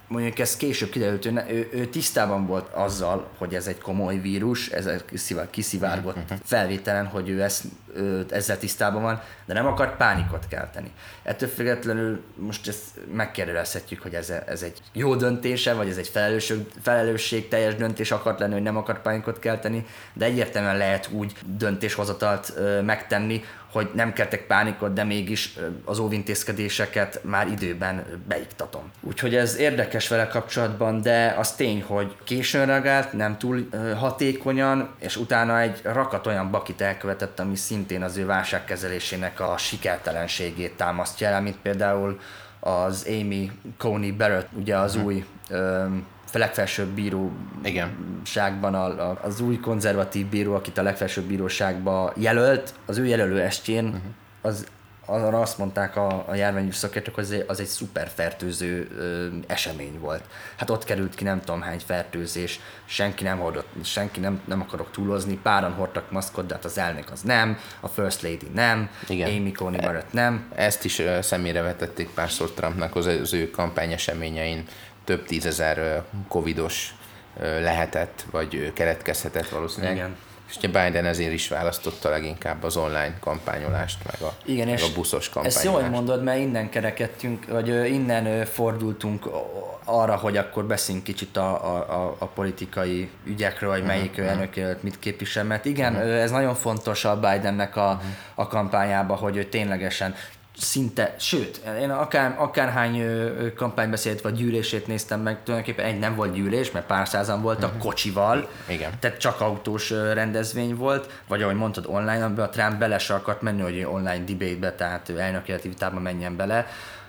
mondjuk ez később kiderült, ő, ő, ő tisztában volt azzal, hogy ez egy komoly vírus, ez kiszivárgott felvételen, hogy ő, ezt, ő ezzel tisztában van, de nem akart pánikot kelteni. Ettől függetlenül most ezt megkérdezhetjük, hogy ez, ez egy jó döntése, vagy ez egy felelősség, felelősségteljes döntés akart lenni, hogy nem akart pánikot kelteni, de egyértelműen lehet úgy döntéshozatalt ö, megtenni, hogy nem keltek pánikot, de mégis az óvintézkedéseket már időben beiktatom. Úgyhogy ez érdekes vele kapcsolatban, de az tény, hogy későn reagált, nem túl hatékonyan, és utána egy rakat olyan bakit elkövetett, ami szintén az ő válságkezelésének a sikertelenségét támasztja el, mint például az Amy Coney Barrett, ugye az uh-huh. új um, legfelsőbb bíróságban a, a, az új konzervatív bíró, akit a legfelsőbb bíróságba jelölt, az ő jelölő estjén uh-huh. az, arra azt mondták a, a járványügyi szakértők, hogy az egy, az egy szuper fertőző ö, esemény volt. Hát ott került ki nem tudom hány fertőzés, senki nem hordott, senki nem, nem akarok túlozni, páran hordtak maszkot, de hát az elnök az nem, a First Lady nem, igen. Amy Coney Barrett nem. Ezt is uh, személyre vetették párszor Trumpnak az, az ő kampányeseményein. Több tízezer covidos lehetett, vagy keletkezhetett valószínűleg. Igen. És ugye Biden ezért is választotta leginkább az online kampányolást, meg a, igen, meg a buszos kampányolást. Ezt jól mondod, mert innen kerekedtünk, vagy innen fordultunk arra, hogy akkor beszéljünk kicsit a, a, a politikai ügyekről, hogy melyik uh-huh. elnökjelölt mit képvisel, mert igen, uh-huh. ez nagyon fontos a Bidennek a, uh-huh. a kampányában, hogy ő ténylegesen szinte, sőt, én akár, akárhány kampánybeszédet vagy gyűlését néztem meg, tulajdonképpen egy nem volt gyűlés, mert pár százan voltak uh-huh. kocsival, igen. Tehát csak autós rendezvény volt, vagy ahogy mondtad online, amiben a Trump bele se akart menni, hogy online debate-be, tehát elnökjelölti vitába menjen bele,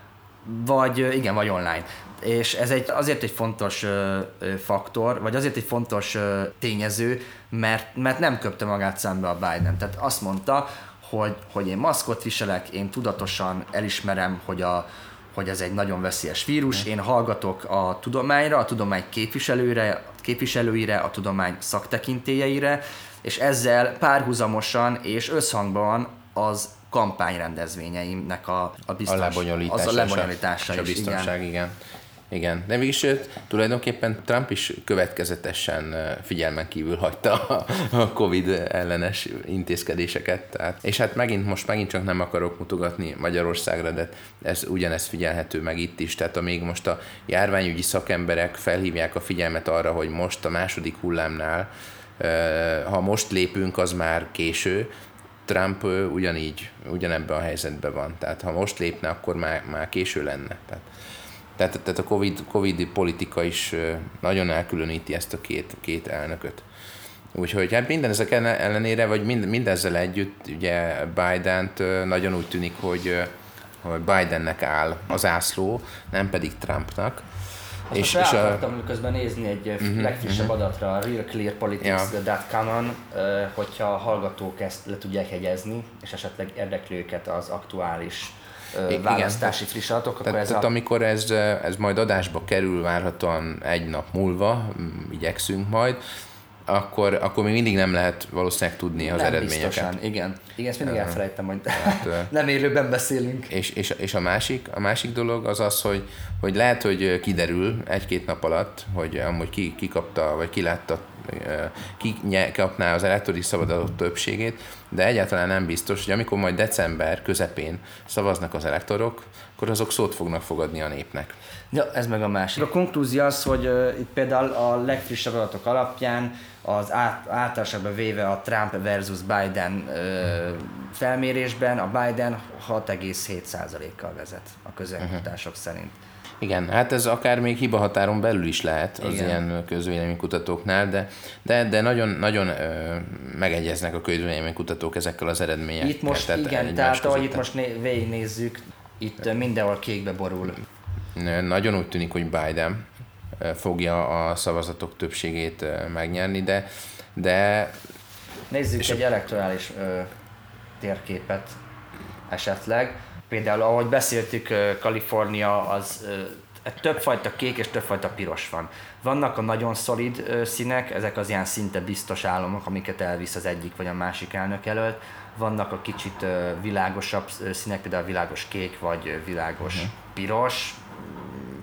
vagy igen, vagy online. És ez egy, azért egy fontos ö, ö, faktor, vagy azért egy fontos ö, tényező, mert, mert nem köpte magát szembe a Biden. Tehát azt mondta, Hogy, hogy én maszkot viselek, én tudatosan elismerem, hogy, a, hogy ez egy nagyon veszélyes vírus, én hallgatok a tudományra, a tudomány képviselőre, képviselőire, a tudomány szaktekintélyeire, és ezzel párhuzamosan és összhangban az kampányrendezvényeimnek a, a, biztons, a lebonyolítása, az a lebonyolítása és a biztonság, igen. igen. Igen, de mégis tulajdonképpen Trump is következetesen figyelmen kívül hagyta a Covid ellenes intézkedéseket. Tehát, és hát megint most megint csak nem akarok mutogatni Magyarországra, de ez ugyanez figyelhető meg itt is. Tehát amíg most a járványügyi szakemberek felhívják a figyelmet arra, hogy most a második hullámnál, ha most lépünk, az már késő, Trump ugyanígy, ugyanebben a helyzetben van. Tehát ha most lépne, akkor már, már késő lenne. Tehát, Tehát, tehát a COVID, COVID politika is nagyon elkülöníti ezt a két, két elnököt. Úgyhogy hát minden ezek ellenére, vagy mind, mindezzel együtt, ugye Bident nagyon úgy tűnik, hogy, hogy Bidennek áll az ászló, nem pedig Trumpnak. Most és, és akartam közben nézni egy uh-huh, legfrissebb uh-huh. adatra, a real clear politics dot com-on, hogyha a hallgatók ezt le tudják hegyezni, és esetleg érdekli őket az aktuális választási friss adatok, akkor tehát, ez tehát a... amikor ez, ez majd adásba kerül várhatóan egy nap múlva, igyekszünk majd, akkor, akkor még mindig nem lehet valószínűleg tudni az nem eredményeket. Biztosan, igen. Igen, ezt mindig uh, elfelejtem, hogy hát, nem élőben beszélünk. És, és, és a, másik, a másik dolog az az, hogy, hogy lehet, hogy kiderül egy-két nap alatt, hogy amúgy ki, ki kapta, vagy ki látta, ki kapná az elektoris szavazatok többségét, de egyáltalán nem biztos, hogy amikor majd december közepén szavaznak az elektorok, akkor azok szót fognak fogadni a népnek. Ja, ez meg a másik. A konklúzió az, hogy uh, itt például a legfrissebb adatok alapján az át, általánosságban véve a Trump versus Biden uh, felmérésben a Biden hat egész hét százalékkal vezet a közvéleménykutatások uh-huh. szerint. Igen, hát ez akár még hibahatáron belül is lehet az Igen. ilyen közvéleménykutatóknál, de, de, de nagyon, nagyon ö, megegyeznek a közvéleménykutatók ezekkel az eredményekkel. Itt most tehát igen, tehát ahogy itt most né- végignézzük, itt mindenhol kékbe borul. Nagyon úgy tűnik, hogy Biden fogja a szavazatok többségét megnyerni, de... de Nézzük egy elektorális ö, térképet esetleg. Például, ahogy beszéltük, Kalifornia az ö, többfajta kék és többfajta piros van. Vannak a nagyon szolid ö, színek, ezek az ilyen szinte biztos államok, amiket elvisz az egyik vagy a másik elnökjelölt. Vannak a kicsit ö, világosabb színek, például világos kék vagy világos uh-huh. piros.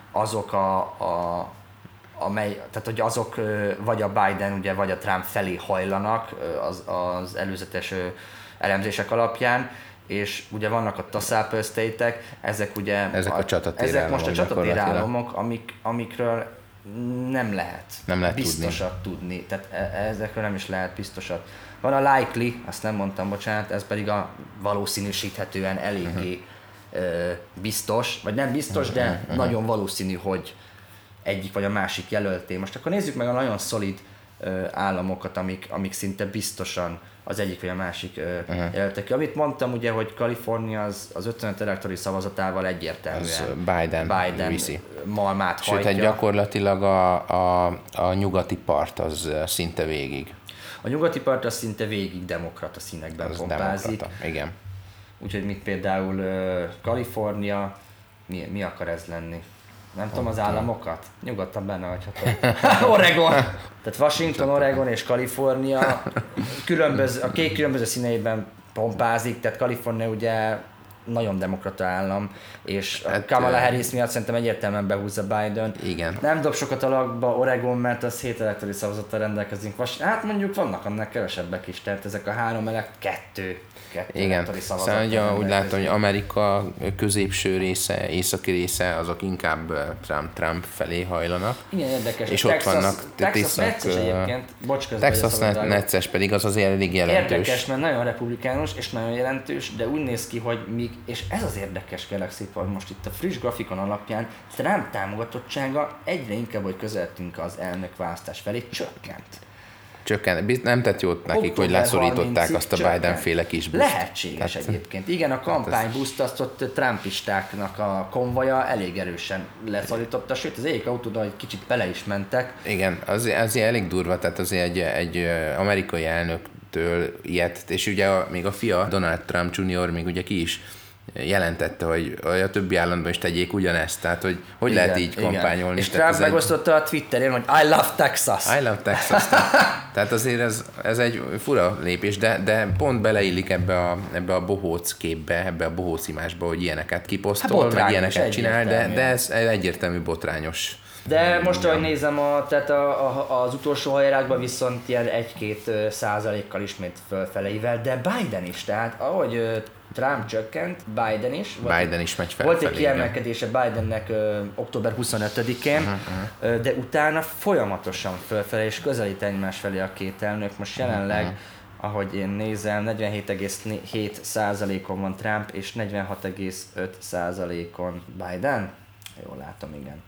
azok a, a amely, tehát hogy azok vagy a Biden, ugye, vagy a Trump felé hajlanak az, az előzetes elemzések alapján, és ugye vannak ott a Sample State-ek, ezek ugye ezek, a csatatér ezek most a csatatérállamok, amik, amikről nem lehet, nem lehet biztosat tudni. tudni. Tehát ezekről nem is lehet biztosat. Van a likely, azt nem mondtam, bocsánat, ez pedig a valószínűsíthetően eléggé uh-huh. biztos, vagy nem biztos, de uh-huh. nagyon valószínű, hogy egyik vagy a másik jelölté. Most akkor nézzük meg a nagyon szolid uh, államokat, amik, amik szinte biztosan az egyik vagy a másik uh, uh-huh. jelöltek ki. Amit mondtam ugye, hogy Kalifornia az, az ötvenöt elektori szavazatával egyértelműen az Biden, Biden viszi. malmát Sőt, hajtja. Sőt, gyakorlatilag a, a, a nyugati part az szinte végig. A nyugati part az szinte végig demokrata színekben pompázik. Igen. Úgyhogy mit például uh, Kalifornia, mi, mi akar ez lenni? Nem tudom az államokat? Nyugodtan benne hagyhatod. Oregon! Tehát Washington, Oregon és Kalifornia különböző, a kék különböző színeiben pompázik, tehát Kalifornia ugye nagyon demokrata állam, és hát, Kamala Harris miatt szerintem egyértelműen behúzza Biden. Igen. Nem dob sokat a lakba Oregon, mert az hét elektori szavazattal rendelkezünk. Hát mondjuk vannak annak kevesebbek is, tehát ezek a három elekt, kettő. Igen, szóval ugye, úgy látom, hogy Amerika középső része, északi része, azok inkább Trump, Trump felé hajlanak. Igen, érdekes. És Texas, ott vannak Texas necces egyébként. Bocs, Texas necces pedig az azért elég jelentős. Érdekes, mert nagyon republikánus és nagyon jelentős, de úgy néz ki, hogy míg, és ez az érdekes kérlek szépen, hogy most itt a friss grafikon alapján Trump támogatottsága egyre inkább, hogy közeltünk az elnökválasztás felé, csökkent. Csökken. Nem tett jót nekik, október hogy leszorították azt a Biden-féle kis buszt. Lehetséges Tehát, egyébként. Igen, a kampánybuszt azt ott trumpistáknak a konvoja elég erősen leszorította, sőt az egyik autóda egy kicsit bele is mentek. Igen, az, az elég durva, tehát azért egy, egy amerikai elnöktől ilyet, és ugye a, még a fia, Donald Trump junior még ugye ki is jelentette, hogy a többi államban is tegyék ugyanezt, tehát hogy hogy igen, lehet így igen. kampányolni. És Trump megosztotta egy... a Twitterén, hogy I love Texas. I love Texas. Tehát azért ez, ez egy fura lépés, de, de pont beleillik ebbe a, ebbe a bohóc képbe, ebbe a bohóc imásba, hogy ilyeneket kiposztol, hát meg ilyeneket csinál, de, de ez egyértelmű botrányos. De most, ahogy nézem, a, tehát a, a, az utolsó hajrákban viszont ilyen egy-két százalékkal ismét fölfeleivel, de Biden is, tehát ahogy Trump csökkent, Biden is. Biden is megy felfelé. Volt egy kiemelkedése Bidennek ö, október huszonötödikén, uh-huh, uh-huh. Ö, de utána folyamatosan fölfelé és közelít egymás felé a két elnök. Most jelenleg, uh-huh. ahogy én nézem, negyvenhét egész hét százalékon van Trump, és negyvenhat egész öt százalékon Biden. Jól látom, igen.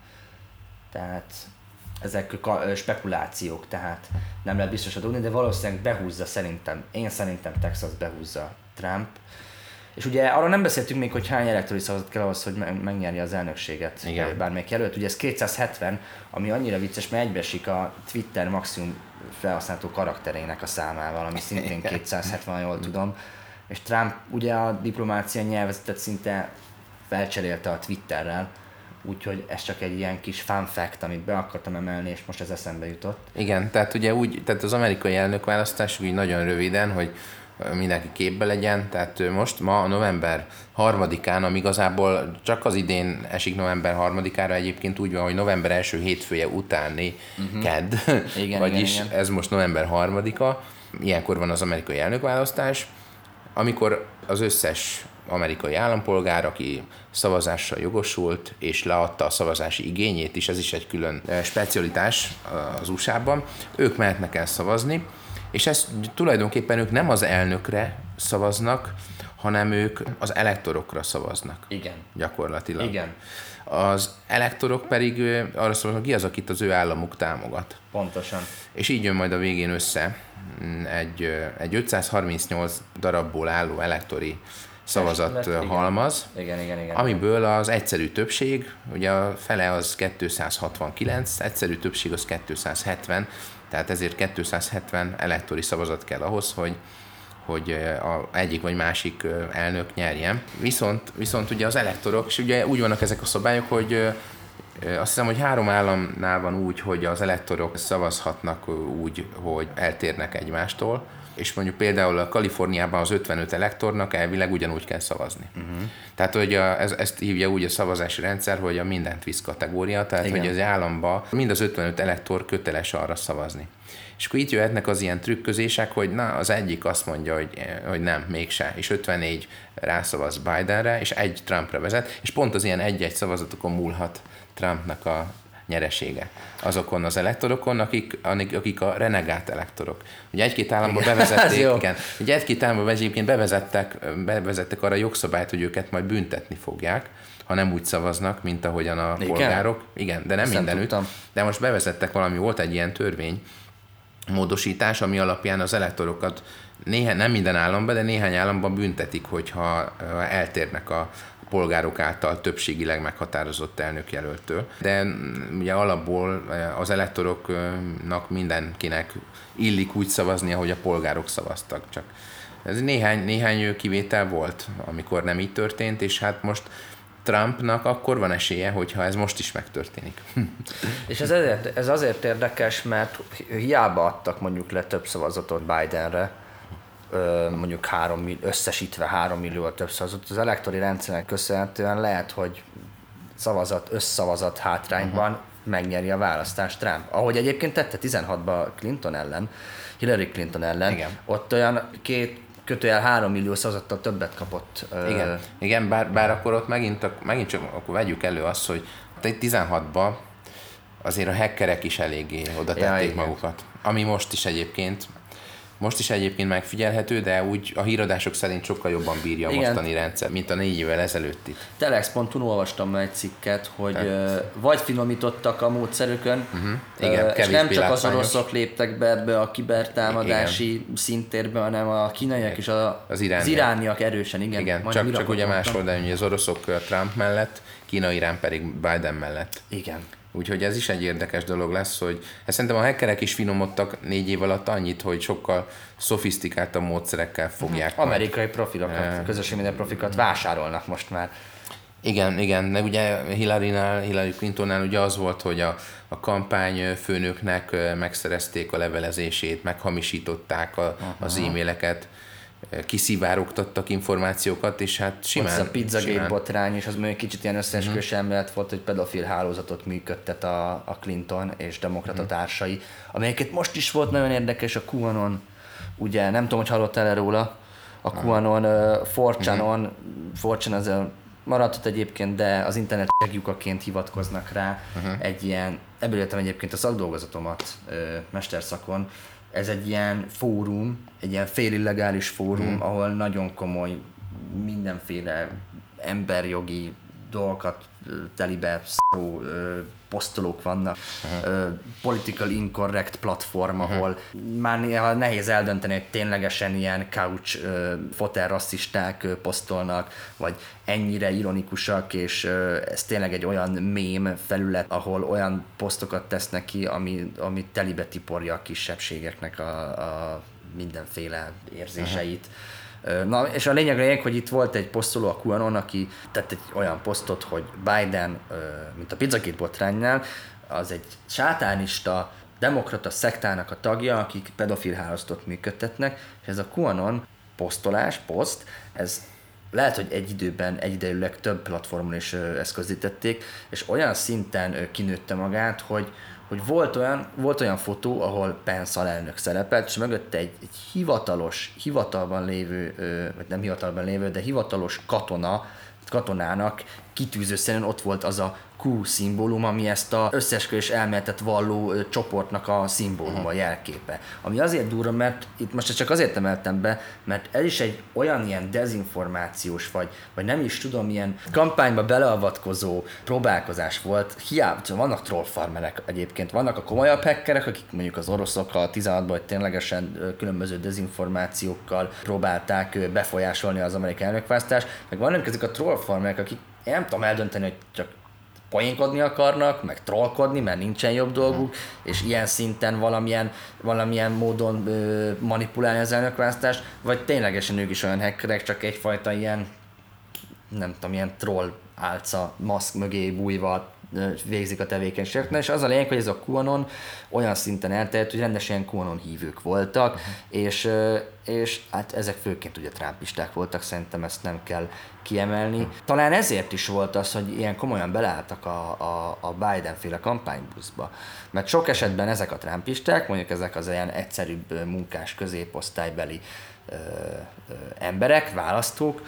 Tehát ezek spekulációk, tehát nem lehet biztosan tudni, de valószínűleg behúzza szerintem, én szerintem Texas behúzza Trump. És ugye arról nem beszéltünk még, hogy hány elektori szavazat kell ahhoz, hogy megnyerje az elnökséget. Igen. Bármelyik jelölt. Ugye ez kétszázhetven, ami annyira vicces, mert egybeesik a Twitter maximum felhasználó karakterének a számával, ami szintén kétszázhetven, jól tudom. És Trump ugye a diplomácia nyelvezetet szinte felcserélte a Twitterrel, úgyhogy ez csak egy ilyen kis fun fact, amit be akartam emelni, és most ez eszembe jutott. Igen, tehát ugye úgy, tehát az amerikai elnökválasztás úgy nagyon röviden, hogy mindenki képbe legyen, tehát most ma november harmadikán, ami igazából csak az idén esik november harmadikára, egyébként úgy van, hogy november első hétfője utáni uh-huh. kedd, igen, vagyis igen, igen. ez most november harmadika, ilyenkor van az amerikai elnökválasztás, amikor az összes amerikai állampolgár, aki szavazással jogosult, és leadta a szavazási igényét is, ez is egy külön specialitás az u es á-ban, ők mehetnek el szavazni, és ez tulajdonképpen ők nem az elnökre szavaznak, hanem ők az elektorokra szavaznak. Igen. Gyakorlatilag. Igen. Az elektorok pedig arra szólnak, ki az, akit az ő államuk támogat. Pontosan. És így jön majd a végén össze egy, egy ötszázharmincnyolc darabból álló elektori szavazat igen. halmaz, igen, igen, igen, amiből az egyszerű többség, ugye a fele az kétszázhatvankilenc, egyszerű többség az kétszázhetven, tehát ezért kétszázhetven elektori szavazat kell ahhoz, hogy, hogy a egyik vagy másik elnök nyerjen. Viszont, viszont ugye az elektorok, és ugye úgy vannak ezek a szabályok, hogy azt hiszem, hogy három államnál van úgy, hogy az elektorok szavazhatnak úgy, hogy eltérnek egymástól, és mondjuk például a Kaliforniában az ötvenöt elektornak elvileg ugyanúgy kell szavazni. Uh-huh. Tehát, hogy a, ez, ezt hívja úgy a szavazási rendszer, hogy a mindent visz kategória, tehát, igen. hogy az államban mind az ötvenöt elektor köteles arra szavazni. És akkor itt jöhetnek az ilyen trükközések, hogy na, az egyik azt mondja, hogy, hogy nem, mégse, és ötvennégy rászavaz Bidenre, és egy Trumpra vezet, és pont az ilyen egy-egy szavazatokon múlhat Trumpnak a nyeresége. Azokon az elektorokon, akik, akik a renegát elektorok. Ugye egy-két államban bevezették, igen, ugye egy-két államban egyébként bevezettek, bevezettek arra jogszabályt, hogy őket majd büntetni fogják, ha nem úgy szavaznak, mint ahogyan a igen? polgárok. Igen, de nem Ezt mindenütt. Nem de most bevezettek valami, volt egy ilyen törvény, módosítás, ami alapján az elektorokat néha, nem minden államban, de néhány államban büntetik, hogyha eltérnek a polgárok által többségileg meghatározott elnökjelöltől. De ugye alapból az elektoroknak mindenkinek illik úgy szavazni, ahogy a polgárok szavaztak. Csak ez néhány, néhány kivétel volt, amikor nem így történt, és hát most Trumpnak akkor van esélye, hogyha ez most is megtörténik. És ez azért, ez azért érdekes, mert hiába adtak mondjuk le több szavazatot Bidenre, mondjuk három, összesítve három millió több szavazatot, az elektori rendszernek köszönhetően lehet, hogy szavazat, összszavazat hátrányban uh-huh. megnyeri a választást Trump. Ahogy egyébként tette tizenhatban Clinton ellen, Hillary Clinton ellen, igen. ott olyan két kötőjel három millió szavazattal többet kapott. Igen, uh, Igen bár, bár akkor ott megint, megint csak akkor vegyük elő azt, hogy tizenhatban azért a hackerek is eléggé oda tették ja, magukat. Ami most is egyébként Most is egyébként megfigyelhető, de úgy a híradások szerint sokkal jobban bírja a mostani rendszer, mint a négy évvel ezelőtt itt. telex pont hu-n olvastam egy cikket, hogy hát. vagy finomítottak a módszerükön, uh-huh. Igen, és nem csak az oroszok léptek be ebbe a kibertámadási igen. szintérbe, hanem a kínaiak és a, az, irániak. az irániak erősen. Igen, igen. csak, csak ugye máshol, de az oroszok Trump mellett, Kína-Irán pedig Biden mellett. Igen. Úgyhogy ez is egy érdekes dolog lesz, hogy ezt szerintem a hackerek is finomodtak négy év alatt annyit, hogy sokkal szofisztikáltabb módszerekkel fogják. Amerikai profilokat, e... közösségi média profilokat vásárolnak most már. Igen, igen, de ugye Hillary-nál, Hillary Clintonnál ugye az volt, hogy a, a kampányfőnöknek megszerezték a levelezését, meghamisították a, az e-maileket, kiszivárogtattak információkat, és hát simán... Ott a Pizzagate botrány, és az még kicsit ilyen összeesküvés uh-huh. elmélet volt, hogy pedofil hálózatot működtet a, a Clinton és demokrata uh-huh. társai, amelyeket most is volt nagyon érdekes, a QAnon, ugye nem tudom, hogy hallottál el róla, a QAnon, uh, four chanon, uh-huh. four chan az maradhat egyébként, de az internet segjukaként hivatkoznak rá uh-huh. egy ilyen, ebből jöttem egyébként a szakdolgozatomat uh, mesterszakon. Ez egy ilyen fórum, egy ilyen félillegális fórum, hmm. ahol nagyon komoly mindenféle emberjogi dolgokat telibe szó posztolók vannak, uh-huh. political incorrect platform, uh-huh. ahol már néha nehéz eldönteni, hogy ténylegesen ilyen couch fotel rasszisták posztolnak, vagy ennyire ironikusak, és ez tényleg egy olyan mém felület, ahol olyan posztokat tesznek ki, ami, ami telibe tiporja a kisebbségeknek a, a mindenféle érzéseit. Uh-huh. Na, és a lényeg, lényeg, hogy itt volt egy posztoló a QAnon, aki tett egy olyan posztot, hogy Biden, mint a Pizzagate botránynál, az egy sátánista, demokrata szektának a tagja, akik pedofil hálózatot működtetnek, és ez a QAnon posztolás, poszt, ez lehet, hogy egy időben, egyidejűleg több platformon is ezt közítették, és olyan szinten kinőtte magát, hogy hogy volt olyan, volt olyan fotó, ahol Pence alelnök szerepelt, és mögötte egy, egy hivatalos, hivatalban lévő, vagy nem hivatalban lévő, de hivatalos katona, katonának kitűzőszerűen ott volt az a Q szimbólum, ami ezt az összeesküvés elméletet valló ö, csoportnak a szimbóluma, a jelképe. Ami azért durva, mert itt most csak azért emeltem be, mert ez is egy olyan ilyen dezinformációs, vagy, vagy nem is tudom, ilyen kampányba beleavatkozó próbálkozás volt. Hiába, vannak trollfarmerek egyébként, vannak a komolyabb hackerek, akik mondjuk az oroszokkal tizenhatban, hogy ténylegesen ö, különböző dezinformációkkal próbálták ö, befolyásolni az amerikai elnökválasztást, meg vannak ezek a trollfarmerek, akik én nem tudom eldönteni, hogy csak poénkodni akarnak, meg trollkodni, mert nincsen jobb dolguk, és ilyen szinten valamilyen, valamilyen módon ö, manipulálni az elnökválasztást, vagy ténylegesen ők is olyan hackerek, csak egyfajta ilyen, nem tudom, ilyen troll álca, maszk mögé bújva végzik a tevékenységet. És az a lényeg, hogy ez a QAnon olyan szinten elterjedt, hogy rendesen QAnon hívők voltak, uh-huh. és, és hát ezek főként ugye trumpisták voltak, szerintem ezt nem kell kiemelni. Uh-huh. Talán ezért is volt az, hogy ilyen komolyan beleálltak a, a, a Biden-féle kampánybuszba. Mert sok esetben ezek a trumpisták, mondjuk ezek az ilyen egyszerűbb munkás középosztálybeli ö, ö, emberek, választók,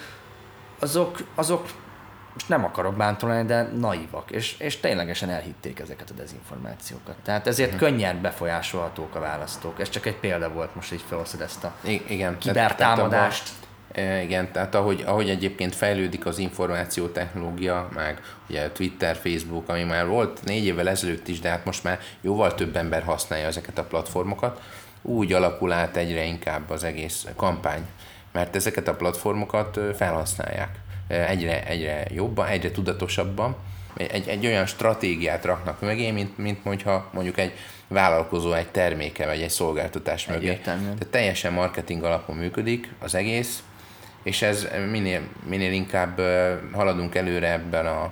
azok, azok most nem akarok bántolni, de naivak, és, és ténylegesen elhitték ezeket a dezinformációkat. Tehát ezért hmm. könnyen befolyásolhatók a választók. Ez csak egy példa volt, most így felhozod ezt a I- igen, kibertámadást. E, igen, tehát ahogy, ahogy egyébként fejlődik az információtechnológia, meg ugye Twitter, Facebook, ami már volt négy évvel ezelőtt is, de hát most már jóval több ember használja ezeket a platformokat, úgy alakul át egyre inkább az egész kampány, mert ezeket a platformokat felhasználják. Egyre, egyre jobban, egyre tudatosabban, egy, egy olyan stratégiát raknak mögé, mint, mint mondja, mondjuk egy vállalkozó egy terméke, vagy egy szolgáltatás mögé. Egyértelműen. Tehát teljesen marketing alapon működik az egész, és ez minél, minél inkább haladunk előre ebben az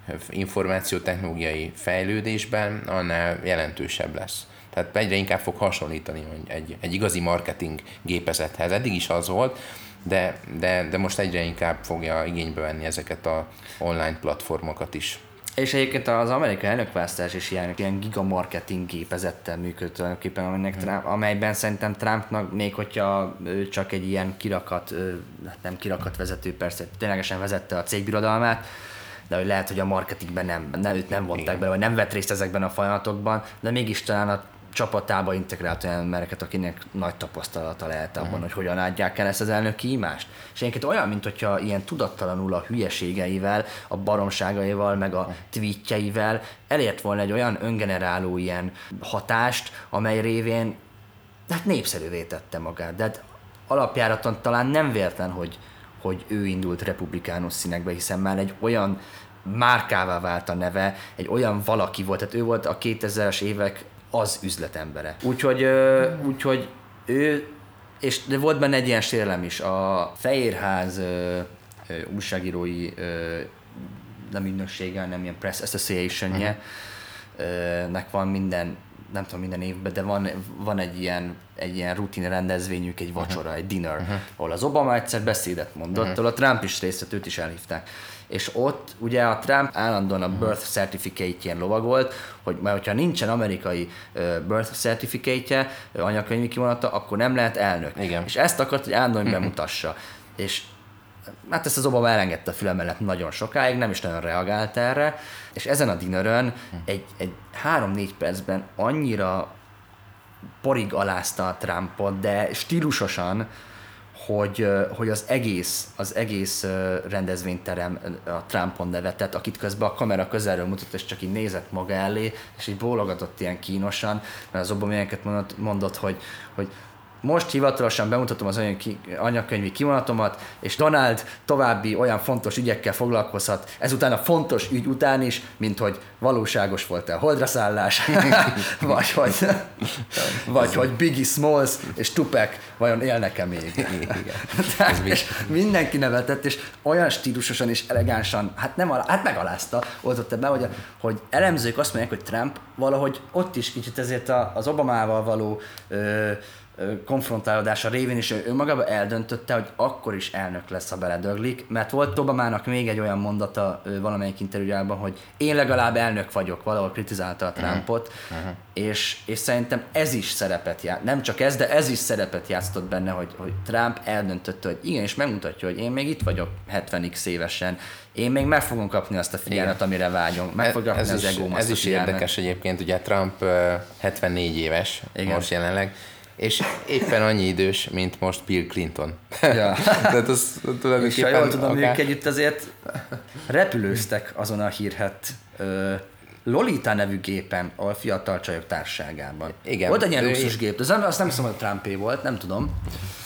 információtechnológiai fejlődésben, annál jelentősebb lesz. Tehát egyre inkább fog hasonlítani egy, egy igazi marketing gépezethez. Eddig is az volt, De, de, de most egyre inkább fogja igénybe venni ezeket a online platformokat is. És egyébként az amerikai elnökválasztás is ilyen, ilyen gigamarketing gépezettel működött tulajdonképpen, aminek Trump, amelyben szerintem Trumpnak, még hogyha ő csak egy ilyen kirakat, hát nem kirakat vezető, persze ténylegesen vezette a cégbirodalmát, de hogy lehet, hogy a marketingben nem, nem, őt nem vonták Igen. bele, vagy nem vett részt ezekben a folyamatokban, de mégis talán a csapatába integrált olyan embereket, akinek nagy tapasztalata lehet abban, uh-huh. hogy hogyan adják el ezt az elnöki imást. És egyébként olyan, mint hogyha ilyen tudattalanul a hülyeségeivel, a baromságaival, meg a tweetjeivel elért volna egy olyan öngeneráló ilyen hatást, amely révén hát népszerűvé tette magát. De hát alapjáraton talán nem véletlen, hogy, hogy ő indult republikánus színekbe, hiszen már egy olyan márkává vált a neve, egy olyan valaki volt, tehát ő volt a kétezres évek az üzletembere. Úgyhogy, úgyhogy ő, és de volt benne egy ilyen sérelem is, a Fehérház ö, ö, újságírói ö, nem ügynöksége, nem ilyen press association-je, uh-huh. nek van minden, nem tudom minden évben, de van, van egy ilyen, egy ilyen rutin rendezvényük, egy vacsora, uh-huh. egy dinner, uh-huh. ahol az Obama egyszer beszédet mondott, uh-huh. ahol a Trump is részt vett, őt is elhívták. És ott ugye a Trump állandóan a birth certificate-jén lovagolt, hogy mert hogyha nincsen amerikai uh, birth certificate-je, uh, anyakönyvi kivonata, akkor nem lehet elnök. Igen. És ezt akart, hogy állandóan bemutassa. És hát ezt az Obama elengedte a füle mellett nagyon sokáig, nem is nagyon reagált erre, és ezen a dinnerön egy, egy három-négy percben annyira porig alázta a Trumpot, de stílusosan, hogy, hogy az egész, az egész rendezvényterem a Trumpon nevetett, akit közben a kamera közelről mutat, és csak így nézett maga elé, és így bólogatott ilyen kínosan, mert az Obama ilyeneket mondott, mondott hogy, hogy most hivatalosan bemutatom az anyakönyvi kivonatomat, és Donald további olyan fontos ügyekkel foglalkozhat, ezután a fontos ügy után is, mint hogy valóságos volt-e a holdra szállás, vagy, hogy, vagy hogy Biggie Smalls és Tupac vajon élnek-e még. És mindenki nevetett, és olyan stílusosan és elegánsan, hát, nem alá, hát megalázta, oldotta be, hogy, a, hogy elemzők azt mondják, hogy Trump valahogy ott is kicsit ezért az Obamával való ö, konfrontálódása révén is ő önmagában eldöntötte, hogy akkor is elnök lesz, ha beledöglik, mert volt Obamának még egy olyan mondata valamelyik interjújában, hogy én legalább elnök vagyok, valahol kritizálta a Trumpot, uh-huh. és, és szerintem ez is szerepet játszott, nem csak ez, de ez is szerepet játszott benne, hogy, hogy Trump eldöntötte, hogy igen, és megmutatja, hogy én még itt vagyok hetven x évesen, én még meg fogom kapni azt a figyelmet, amire vágyom, meg fogom kapni az egóm. Ez is érdekes egyébként, ugye Trump hetvennégy éves, igen. most jelenleg, és éppen annyi idős, mint most Bill Clinton. Ja. Tehát az és ha jól tudom, akár... ők együtt azért repülőztek azon a hírhet uh, Lolita nevű gépen, a fiatal csajok társaságában. Igen. Volt egy ilyen luxusgép, de azt nem hiszem, hogy Trumpé volt, nem tudom.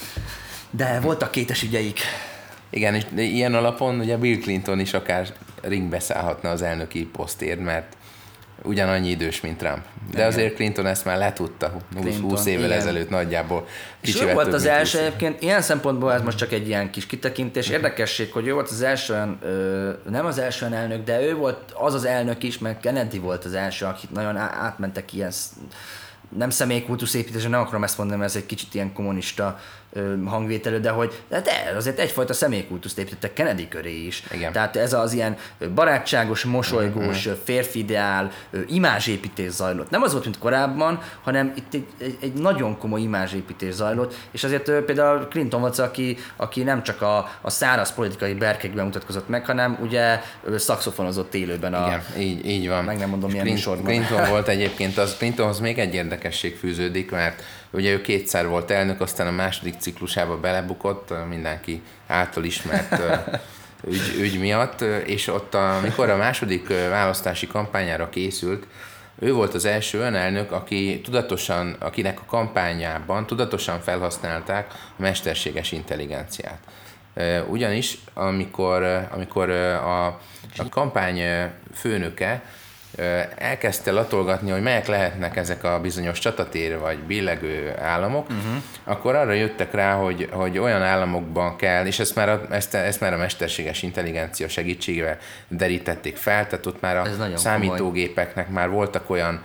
De voltak kétes ügyeik. Igen, és ilyen alapon ugye Bill Clinton is akár ringbe szállhatna az elnöki posztért, mert ugyanannyi idős, mint Trump. De igen. Azért Clinton ezt már letudta húsz évvel igen. ezelőtt nagyjából. És ő volt az első egyébként, ilyen szempontból ez most csak egy ilyen kis kitekintés. Érdekesség, hogy ő volt az első, nem az első elnök, de ő volt az az elnök is, mert Kennedy volt az első, akit nagyon átmentek ilyen, nem személykultusz építésre, nem akarom ezt mondani, mert ez egy kicsit ilyen kommunista hangvételű, de hogy de azért egyfajta személykultuszt építettek Kennedy köré is. Igen. Tehát ez az ilyen barátságos, mosolygós, mm-hmm. férfideál, imázsépítés zajlott. Nem az volt, mint korábban, hanem itt egy, egy, egy nagyon komoly imázsépítés zajlott, és azért például Clinton volt, aki, aki nem csak a, a száraz politikai berkekben mutatkozott meg, hanem ugye szaxofonozott élőben a... Igen, így, így van. Meg nem mondom, milyen műsorban. Clinton volt egyébként, az Clintonhoz még egy érdekesség fűződik, mert ugye ő kétszer volt elnök, aztán a második ciklusába belebukott, mindenki által ismert ügy, ügy miatt, és ott, amikor a második választási kampányára készült, ő volt az első olyan elnök, aki tudatosan, akinek a kampányában tudatosan felhasználták a mesterséges intelligenciát. Ugyanis, amikor, amikor a, a kampány főnöke elkezdte latolgatni, hogy melyek lehetnek ezek a bizonyos csatatér vagy billegő államok, uh-huh. akkor arra jöttek rá, hogy, hogy olyan államokban kell, és ezt már, a, ezt, ezt már a mesterséges intelligencia segítségével derítették fel, tehát ott már a számítógépeknek komoly. Már voltak olyan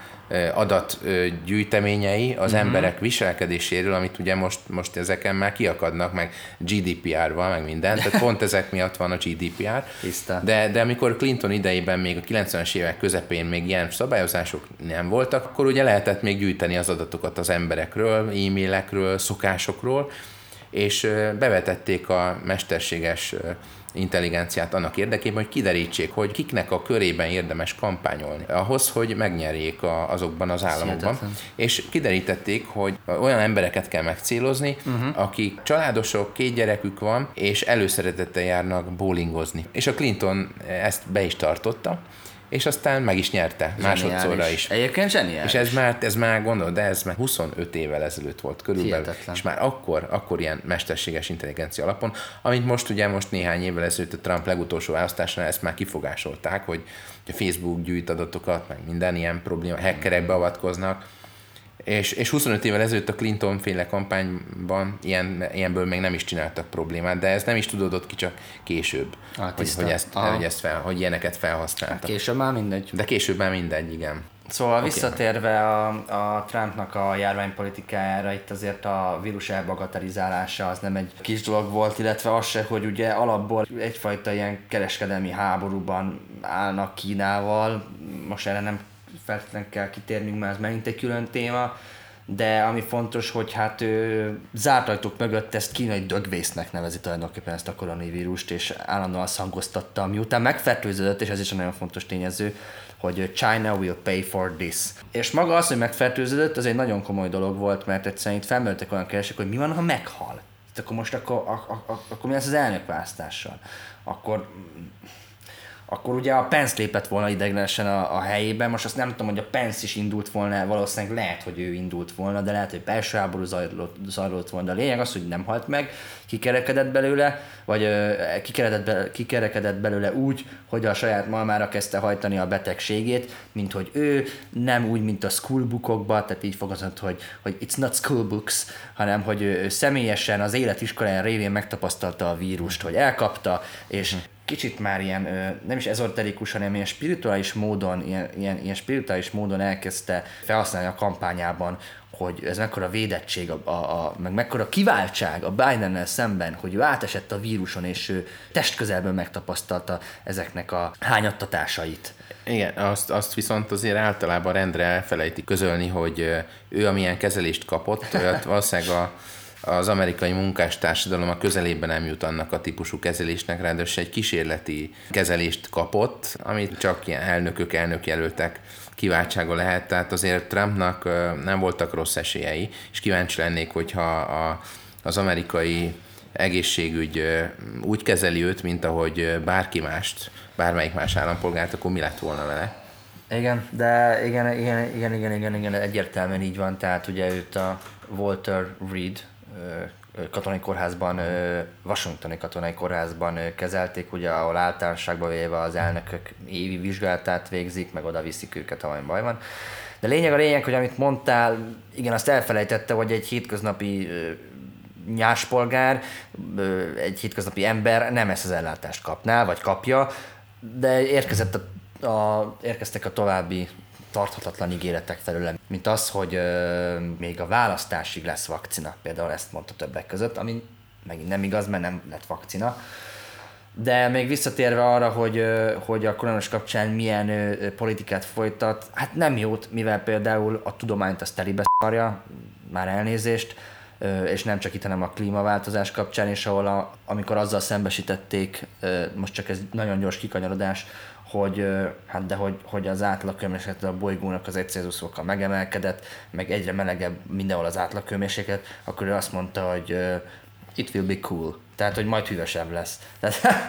adatgyűjteményei az uh-huh. emberek viselkedéséről, amit ugye most, most ezeken már kiakadnak, meg gé dé pé er-val, meg minden, tehát pont ezek miatt van a gé dé pé er. De, de amikor Clinton idejében még a kilencvenes évek közepén még ilyen szabályozások nem voltak, akkor ugye lehetett még gyűjteni az adatokat az emberekről, e-mailekről, szokásokról, és bevetették a mesterséges intelligenciát annak érdekében, hogy kiderítsék, hogy kiknek a körében érdemes kampányolni ahhoz, hogy megnyerjék a, azokban az államokban. Szétetlen. És kiderítették, hogy olyan embereket kell megcélozni, uh-huh. akik családosok, két gyerekük van, és előszeretettel járnak bowlingozni. És a Clinton ezt be is tartotta, és aztán meg is nyerte, zseniális. Másodszorra is. Egyébként zseniális. És ez már, ez már gondolod, de ez már huszonöt évvel ezelőtt volt körülbelül. Hihetetlen. És már akkor, akkor ilyen mesterséges intelligencia alapon, amit most ugye most néhány évvel ezelőtt a Trump legutolsó választásánál ezt már kifogásolták, hogy a Facebook gyűjt adatokat, meg minden ilyen probléma, hackerek beavatkoznak. És, és huszonöt évvel ezelőtt a Clinton-féle kampányban ilyen, ilyenből még nem is csináltak problémát, de ez nem is tudódott ki, csak később, ah, hogy, hogy, ezt, hogy, ezt fel, hogy ilyeneket felhasználtak. Hát később már mindegy. De később már mindegy, igen. Szóval okay. Visszatérve a, a Trumpnak a járványpolitikájára, itt azért a vírus elbagatelizálása az nem egy kis dolog volt, illetve az se, hogy ugye alapból egyfajta ilyen kereskedelmi háborúban állnak Kínával, most erre nem feltétlenül kell kitérnünk, mert ez megint egy külön téma, de ami fontos, hogy hát ő, zárt ajtók mögött ezt kínai dögvésznek nevezi tulajdonképpen ezt a koronavírust, és állandóan azt hangoztatta, miután megfertőződött, és ez is egy nagyon fontos tényező, hogy China will pay for this. És maga az, hogy megfertőződött, az egy nagyon komoly dolog volt, mert egyszerűen itt felmerültek olyan keresek, hogy mi van, ha meghal? Itt akkor most akkor, akkor, akkor mi lesz az elnökválasztással? Akkor... akkor ugye a Pence lépett volna ideiglenesen a, a helyében, most azt nem tudom, hogy a Pence is indult volna, valószínűleg lehet, hogy ő indult volna, de lehet, hogy belső háború zajlott, zajlott volna, de a lényeg az, hogy nem halt meg, kikerekedett belőle, vagy ö, kikerekedett, be, kikerekedett belőle úgy, hogy a saját malmára kezdte hajtani a betegségét, mint hogy ő nem úgy, mint a schoolbookokban, tehát így fogalmazott, hogy, hogy it's not schoolbooks, hanem hogy ő, ő személyesen az életiskoláján révén megtapasztalta a vírust, hogy elkapta, és kicsit már ilyen, nem is ezoterikus, hanem ilyen spirituális módon, ilyen, ilyen, ilyen spirituális módon elkezdte felhasználni a kampányában, hogy ez mekkora védettség, a, a, a, meg mekkora kiváltság a Bidennel szemben, hogy ő átesett a víruson, és ő testközelből megtapasztalta ezeknek a hányattatásait. Igen, azt, azt viszont azért általában rendre elfelejti közölni, hogy ő amilyen kezelést kapott, olyat valószínűleg a az amerikai munkástársadalom a közelében nem jut annak a típusú kezelésnek, ráadásul egy kísérleti kezelést kapott, amit csak ilyen elnökök, elnökjelöltek kiváltsága lehet, tehát azért Trumpnak nem voltak rossz esélyei, és kíváncsi lennék, hogyha a, az amerikai egészségügy úgy kezeli őt, mint ahogy bárki mást, bármelyik más állampolgárt, akkor mi lett volna vele? Igen, de igen, igen, igen, igen, igen, igen, egyértelműen így van, tehát ugye őt a Walter Reed katonai kórházban, washingtoni katonai kórházban kezelték, ugye, ahol általánosságban véve az elnökök évi vizsgálatát végzik, meg oda viszik őket, ha baj van. De lényeg a lényeg, hogy amit mondtál, igen, azt elfelejtette, hogy egy hétköznapi nyáspolgár, egy hétköznapi ember nem ezt az ellátást kapná, vagy kapja, de érkezett a, a, érkeztek a további tarthatatlan ígéretek felőle, mint az, hogy ö, még a választásig lesz vakcina, például ezt mondta többek között, ami megint nem igaz, mert nem lett vakcina. De még visszatérve arra, hogy, ö, hogy a koronavírus kapcsán milyen ö, politikát folytat, hát nem jót, mivel például a tudományt azt telibe szarja, már elnézést, ö, és nem csak itt, hanem a klímaváltozás kapcsán, és ahol a, amikor azzal szembesítették, ö, most csak ez nagyon gyors kikanyarodás, hogy, hát de hogy, hogy az átlaghőmérséklet a bolygónak az egy Celsius fokkal megemelkedett, meg egyre melegebb mindenhol az átlaghőmérséklet, akkor ő azt mondta, hogy uh, it will be cool, tehát hogy majd hűvösebb lesz. Tehát,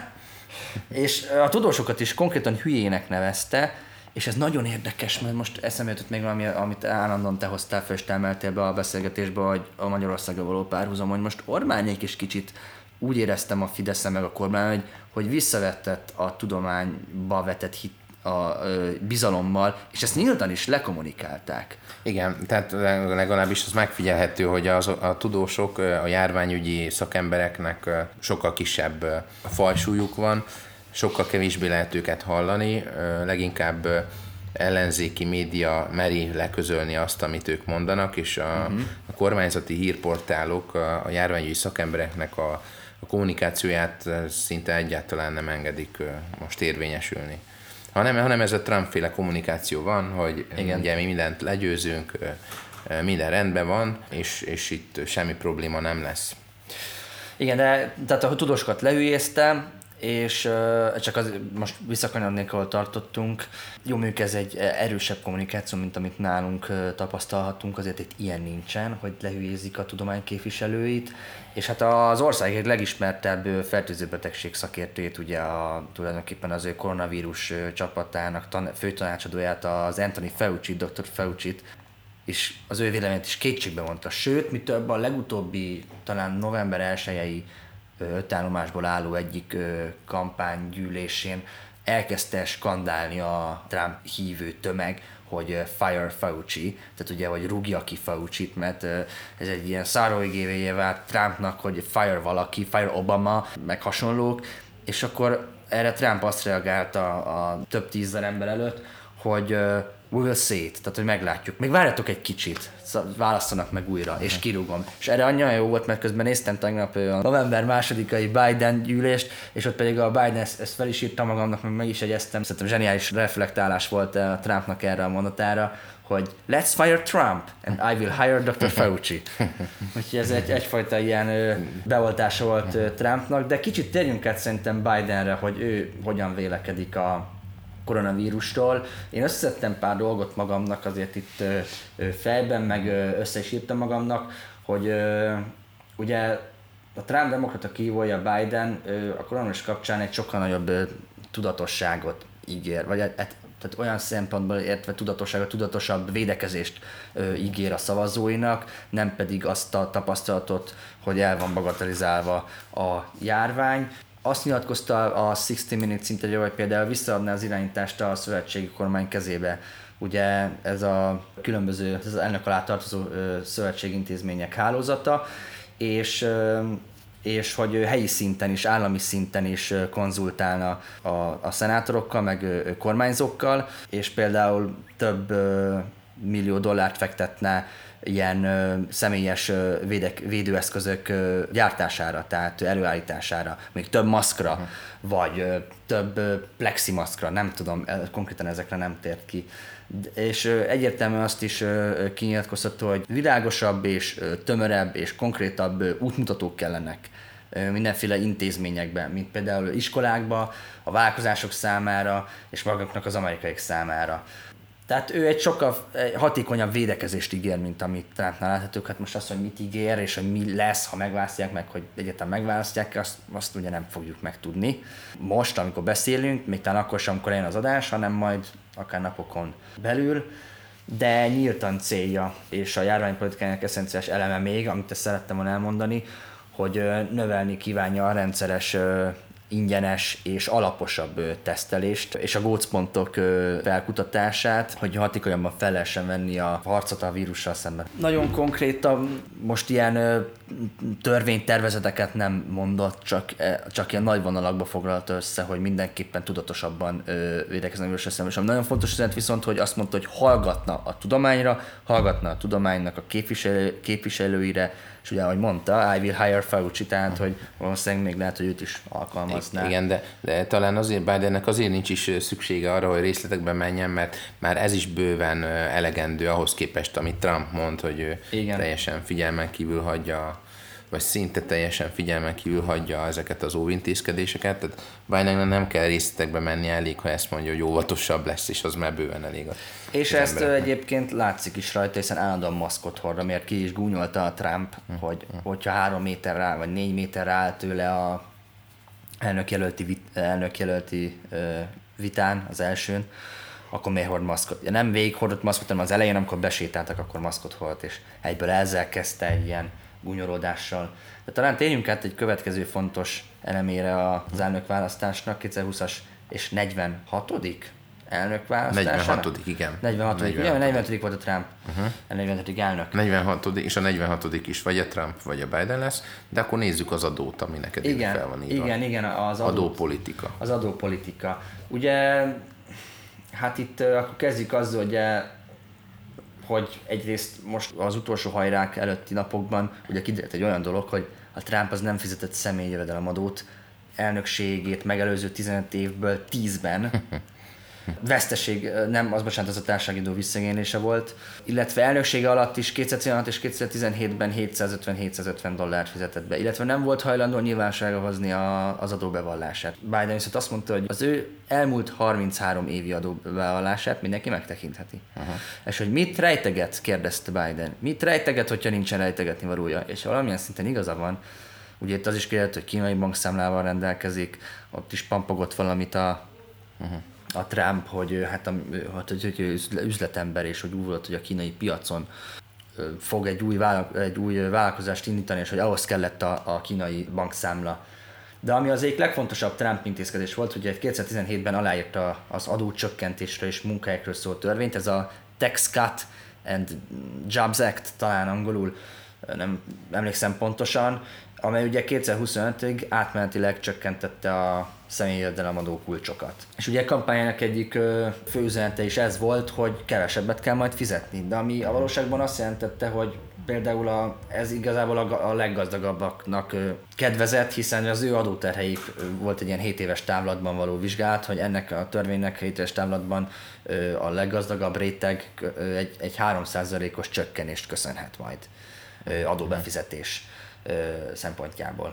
és a tudósokat is konkrétan hülyének nevezte, és ez nagyon érdekes, mert most eszembe jutott még valami, amit állandóan te hoztál fel, és te emeltél be a beszélgetésbe, hogy a Magyarországra való párhuzam, hogy most Orbánék is kicsit úgy éreztem a Fideszen meg a kormány, hogy, hogy visszavetett a tudományba vetett hit, a, a bizalommal, és ezt nyíltan is lekommunikálták. Igen, tehát legalábbis az megfigyelhető, hogy az, a tudósok, a járványügyi szakembereknek sokkal kisebb fajsúlyuk van, sokkal kevésbé lehet őket hallani, leginkább ellenzéki média meri leközölni azt, amit ők mondanak, és a, uh-huh. a kormányzati hírportálok a, a járványügyi szakembereknek a, a kommunikációját szinte egyáltalán nem engedik most érvényesülni. Hanem, hanem ez a Trump-féle kommunikáció van, hogy igen. Ugye mi mindent legyőzünk, minden rendben van, és, és itt semmi probléma nem lesz. Igen, de tehát a tudósokat lehülyéztem, és uh, csak az, most visszakanyarodnék, ahol tartottunk. Jó, mondjuk ez egy erősebb kommunikáció, mint amit nálunk uh, tapasztalhatunk, azért itt ilyen nincsen, hogy lehülyézik a tudomány képviselőit, és hát az ország egy legismertebb fertőzőbetegség szakértőjét, ugye a, tulajdonképpen az ő koronavírus csapatának tan- főtanácsadóját, az Anthony Fauci, doktor Fauci-t, és az ő véleményt is kétségbe mondta. Sőt, mi több, a legutóbbi, talán november elsejei öt állomásból álló egyik kampánygyűlésén elkezdte skandálni a Trump hívő tömeg, hogy fire Fauci, tehát ugye, hogy rúgja ki Fauci-t, mert ez egy ilyen száróigévéje vált Trumpnak, hogy fire valaki, fire Obama, meg hasonlók, és akkor erre Trump azt reagálta a, a több tízzer ember előtt, hogy we will see it, tehát hogy meglátjuk. Még várjatok egy kicsit, választanak meg újra, és kirúgom. És erre annyira jó volt, mert közben néztem tegnap a november másodikai Biden gyűlést, és ott pedig a Biden ezt, ezt fel is írta magamnak, meg meg is egyeztem. Szerintem zseniális reflektálás volt a Trumpnak erre a mondatára, hogy let's fire Trump, and I will hire doktor Fauci. Úgyhogy ez egy, egyfajta ilyen beoltása volt Trumpnak, de kicsit térjünk át szerintem Bidenre, hogy ő hogyan vélekedik a koronavírustól. Én összeszedtem pár dolgot magamnak azért itt ö, fejben, meg ö, össze is írtam magamnak, hogy ö, ugye a Trump demokrata kívója Biden ö, a koronavírus kapcsán egy sokkal nagyobb ö, tudatosságot ígér, vagy et, tehát olyan szempontból értve tudatosságot, tudatosabb védekezést ö, ígér a szavazóinak, nem pedig azt a tapasztalatot, hogy el van bagatelizálva a járvány. Azt nyilatkozta a hatvan Minutes interjú, hogy például visszaadná az irányítást a szövetségi kormány kezébe. Ugye ez a különböző, ez az elnök alá tartozó szövetségintézmények hálózata, és, és hogy helyi szinten is, állami szinten is konzultálna a, a szenátorokkal, meg kormányzókkal, és például több millió dollárt fektetne ilyen ö, személyes ö, védek, védőeszközök ö, gyártására, tehát előállítására, még több maszkra, uh-huh. vagy ö, több ö, pleximaszkra, nem tudom, konkrétan ezekre nem tért ki. És ö, egyértelműen azt is ö, kinyilatkoztató, hogy világosabb és ö, tömörebb és konkrétabb ö, útmutatók kellenek ö, mindenféle intézményekben, mint például iskolákban, a vállalkozások számára és maguknak az amerikaiak számára. Tehát ő egy sokkal hatékonyabb védekezést ígér, mint amit Trumpnál láthatók. Hát most azt, hogy mit ígér, és hogy mi lesz, ha megválasztják meg, hogy egyáltalán megválasztják, azt, azt ugye nem fogjuk megtudni. Most, amikor beszélünk, még talán akkor sem, amikor jön az adás, hanem majd akár napokon belül, de nyíltan célja, és a járványpolitikának eszenciális eleme még, amit ezt szerettem volna elmondani, hogy növelni kívánja a rendszeres ingyenes és alaposabb tesztelést, és a gócpontok felkutatását, hogy hatékonyabban fel lehessen venni a harcot a vírussal szemben. Nagyon konkrétan most ilyen törvénytervezeteket nem mondott, csak, csak ilyen nagy vonalakba foglalta össze, hogy mindenképpen tudatosabban védekezni a vírussal szemben. És nagyon fontos üzenet viszont, hogy azt mondta, hogy hallgatna a tudományra, hallgatna a tudománynak a képviselő, képviselőire, és ugye, ahogy mondta, I will hire Fauci, tehát, hogy valószínűleg még lehet, hogy őt is alkalmazná. Igen, de, de talán azért Bidennek azért nincs is szüksége arra, hogy részletekben menjen, mert már ez is bőven elegendő ahhoz képest, amit Trump mond, hogy ő Igen. teljesen figyelmen kívül hagyja, vagy szinte teljesen figyelmen kívül hagyja ezeket az óvintézkedéseket. Tehát Bidennek nem kell részletekbe menni, elég, ha ezt mondja, hogy óvatosabb lesz, és az már bőven elég. És ezt embereknek. Egyébként látszik is rajta, hiszen állandóan maszkot hord, miért ki is gúnyolta a Trump, hm. hogy hogyha három méterre áll, vagy négy méterre áll tőle a elnökjelölti, vit, elnökjelölti uh, vitán, az elsőn, akkor miért hord maszkot? Nem végig hordott maszkot, hanem az elején, amikor besétáltak, akkor maszkot hord, és egyből ezzel kezdte egy ilyen gúnyolódással. De talán térjünk át egy következő fontos elemére az elnökválasztásnak, kétezer-húszas és negyvenhatodik elnökválasztásának. negyvenhatodik igen. negyvenhatodik Ugye, negyvenhatodik volt a Trump, uh-huh. a negyvenhatodik elnök. negyvenhatodik és a negyvenhatodik is vagy a Trump, vagy a Biden lesz, de akkor nézzük az adót, ami neked igen, fel van írva. Igen, igen, az adó, adópolitika. Az adópolitika. Ugye, hát itt akkor kezdjük azzal, hogy hogy egyrészt most az utolsó hajrák előtti napokban ugye kiderült egy olyan dolog, hogy a Trump az nem fizetett személyi jövedelemadót elnökségét megelőző tizenöt évből tízben. Veszteség, nem, az bocsánat, az a társasági adó visszaigénylése volt, illetve elnöksége alatt is kétezer-tizenhat és kétezer-tizenhétben hétszázötven-hétszázötven dollárt fizetett be, illetve nem volt hajlandó nyilvánosságra hozni a, az adóbevallását. Biden viszont azt mondta, hogy az ő elmúlt harminchárom évi adóbevallását mindenki megtekintheti. Uh-huh. És hogy mit rejteget, kérdezte Biden. Mit rejteget, hogyha nincsen rejtegetni valója? És valamilyen szinten igaza van. Ugye itt az is kérdezett, hogy kínai bankszámlával rendelkezik, ott is pampogott valamit a uh-huh. a Trump, hogy hát, a, hát hogy üzletember, és hogy úgy volt, hogy a kínai piacon fog egy új, vállalk, egy új vállalkozást indítani, és hogy ahhoz kellett a, a kínai bankszámla. De ami az egyik legfontosabb Trump intézkedés volt, hogy kétezer-tizenhétben aláírta az adócsökkentésről és munkákról szóló törvényt, ez a Tax Cut and Jobs Act, talán angolul, nem emlékszem pontosan, amely ugye kétezer-huszonötig átmenetileg csökkentette a személyi jövedelemadó kulcsokat. És ugye a kampányának egyik fő üzenete is ez volt, hogy kevesebbet kell majd fizetni, de ami a valóságban azt jelentette, hogy például a, ez igazából a, a leggazdagabbaknak kedvezett, hiszen az ő adóterheik volt egy ilyen hét éves távlatban való vizsgálat, hogy ennek a törvénynek hét éves távlatban a leggazdagabb réteg egy, egy három százalékos csökkenést köszönhet majd adóbefizetés szempontjából.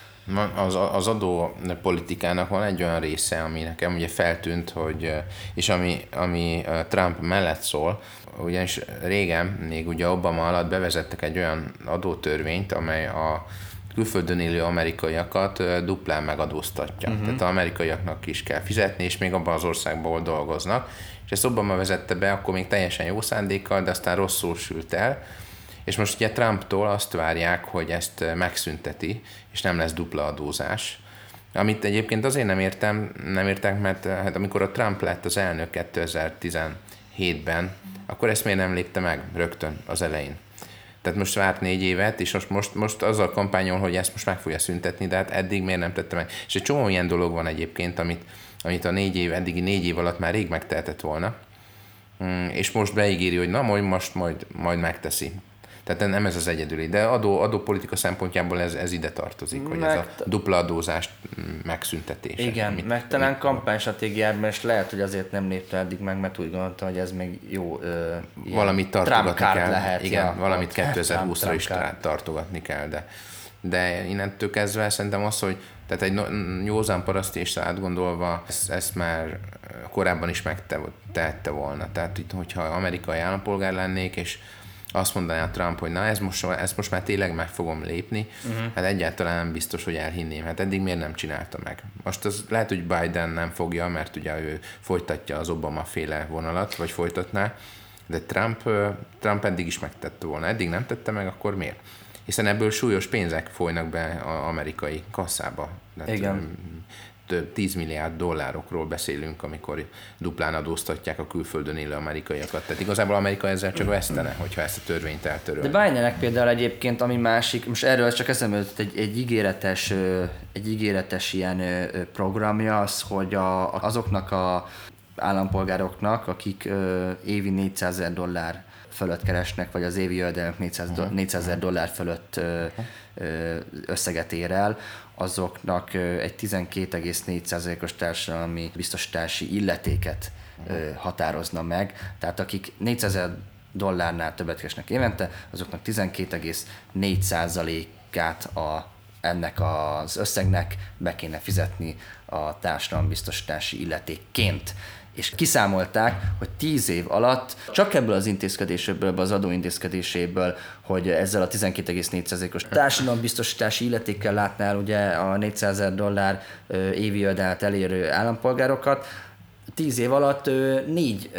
Az, az adópolitikának van egy olyan része, ami nekem ugye feltűnt, hogy, és ami, ami Trump mellett szól, ugyanis régen, még ugye Obama alatt bevezettek egy olyan adótörvényt, amely a külföldön élő amerikaiakat duplán megadóztatja. Uh-huh. Tehát az amerikaiaknak is kell fizetni, és még abban az országban, ahol dolgoznak. És ezt Obama vezette be, akkor még teljesen jó szándékkal, de aztán rosszul sült el. És most ugye Trumptól azt várják, hogy ezt megszünteti, és nem lesz dupla adózás. Amit egyébként azért nem értem, nem értek, mert hát amikor a Trump lett az elnök kétezer-tizenhétben, akkor ezt miért nem lépte meg rögtön az elején? Tehát most várt négy évet, és most, most, most azzal kampányol, hogy ezt most meg fogja szüntetni, de hát eddig miért nem tette meg? És egy csomó ilyen dolog van egyébként, amit, amit a négy év, eddigi négy év alatt már rég megtehetett volna, és most beígéri, hogy na, majd most majd, majd megteszi. Tehát nem ez az egyedüli, de adó, adópolitika szempontjából ez, ez ide tartozik, meg, hogy ez a dupla adózás megszüntetése. Igen, mit, meg talán kampánystratégiában, és lehet, hogy azért nem lépte eddig meg, mert úgy gondolta, hogy ez még jó ö, valamit tartogatni kell. Lehet, igen, ja, valamit kétezer-húszra is tartogatni kell, de, de innentől kezdve szerintem az, hogy tehát egy józan parasztésre átgondolva ezt, ezt már korábban is megtehette volna. Tehát itt, hogyha amerikai állampolgár lennék, és azt mondaná a Trump, hogy na, ez most, ezt most már tényleg meg fogom lépni, uh-huh. hát egyáltalán nem biztos, hogy elhinném. Hát eddig miért nem csinálta meg? Most az lehet, hogy Biden nem fogja, mert ugye ő folytatja az Obama féle vonalat, vagy folytatná, de Trump, Trump eddig is megtette volna. Eddig nem tette meg, akkor miért? hiszen ebből súlyos pénzek folynak be az amerikai kasszába. Tehát, igen. Több tíz milliárd dollárokról beszélünk, amikor duplán adóztatják a külföldön élő amerikaiakat. Tehát igazából Amerika ezzel csak vesztene, hogyha ezt a törvényt eltöröl. De Bidennek például egyébként, ami másik, most erről csak eszembe jutott egy, egy, ígéretes, egy ígéretes ilyen programja az, hogy a, azoknak a állampolgároknak, akik évi négyszázezer dollár fölött keresnek, vagy az évi jövedelmük négyszázezer dollár fölött összeget ér el, azoknak egy tizenkét egész négy százalékos társadalmi biztosítási illetéket határozna meg. Tehát akik négyszázezer dollárnál többet keresnek évente, azoknak tizenkét egész négy százalékát a, ennek az összegnek be kéne fizetni a társadalombiztosítási illetékként. És kiszámolták, hogy tíz év alatt csak ebből az intézkedésből, az adóintézkedéséből, hogy ezzel a tizenkét egész négy százalékos társadalombiztosítási illetékkel látná el ugye a négyszázezer dollár évi jövedelmet elérő állampolgárokat, tíz év alatt négy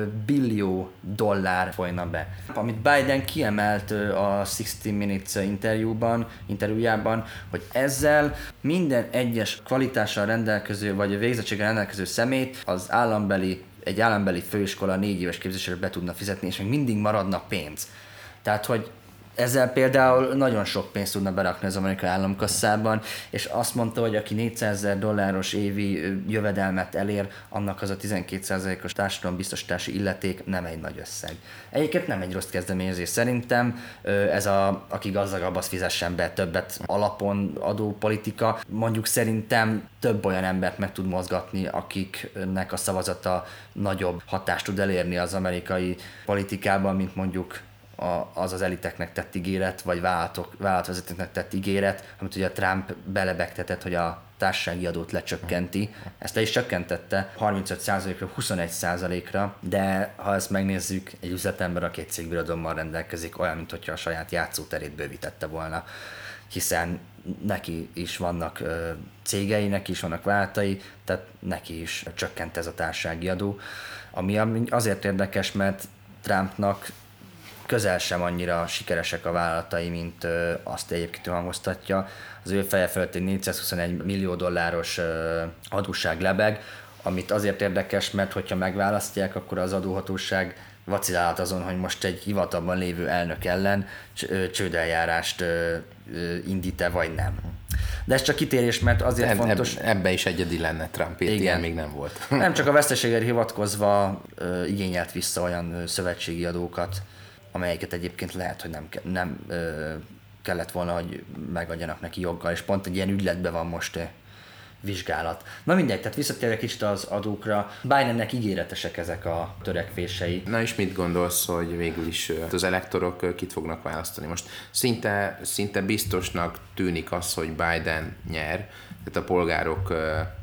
billió dollár folyna be. Amit Biden kiemelt a sixty minutes interjúban, interjújában, hogy ezzel minden egyes kvalitással rendelkező, vagy végzettséggel rendelkező szemét az állambeli, egy állambeli főiskola négy éves képzésére be tudna fizetni, és még mindig maradna pénz. Tehát, hogy ezzel például nagyon sok pénzt tudna berakni az amerikai államkasszában, és azt mondta, hogy aki négyszázezer dolláros évi jövedelmet elér, annak az a tizenkét százalékos társadalombiztosítási illeték nem egy nagy összeg. Egyébként nem egy rossz kezdeményezés szerintem, ez a, aki gazdagabb, az fizessen be többet alapon adópolitika. Mondjuk szerintem több olyan embert meg tud mozgatni, akiknek a szavazata nagyobb hatást tud elérni az amerikai politikában, mint mondjuk az az eliteknek tett ígéret, vagy vállalatok, vállalatvezetőknek tett ígéret, amit ugye a Trump belebegtetett, hogy a társasági adót lecsökkenti. Ezt le is csökkentette harmincöt százalékra, huszonegy százalékra, de ha ezt megnézzük, egy üzletember, aki egy cégbirodalommal rendelkezik, olyan, mintha a saját játszóterét bővítette volna, hiszen neki is vannak ö, cégei, neki is vannak vállalatai, tehát neki is csökkent ez a társasági adó, ami azért érdekes, mert Trumpnak közel sem annyira sikeresek a vállalatai, mint ö, azt egyébként hangoztatja. Az ő feje fölött egy négyszázhuszonegy millió dolláros ö, adósság lebeg, amit azért érdekes, mert hogyha megválasztják, akkor az adóhatóság vacilálhat azon, hogy most egy hivatalban lévő elnök ellen csődeljárást ö, ö, indít-e, vagy nem. De ez csak kitérés, mert azért Eb, fontos... Ebbe is egyedi lenne Trump, ilyen még nem volt. Nem csak a veszteségére hivatkozva ö, igényelt vissza olyan ö, szövetségi adókat, amelyeket egyébként lehet, hogy nem, nem ö, kellett volna, hogy megadjanak neki joggal, és pont egy ilyen ügyletben van most ö, vizsgálat. Na mindegy, tehát visszatérve kicsit az adókra, Bidennek ígéretesek ezek a törekvései. Na és mit gondolsz, hogy végül is az elektorok kit fognak választani? Most szinte, szinte biztosnak tűnik az, hogy Biden nyer, tehát a polgárok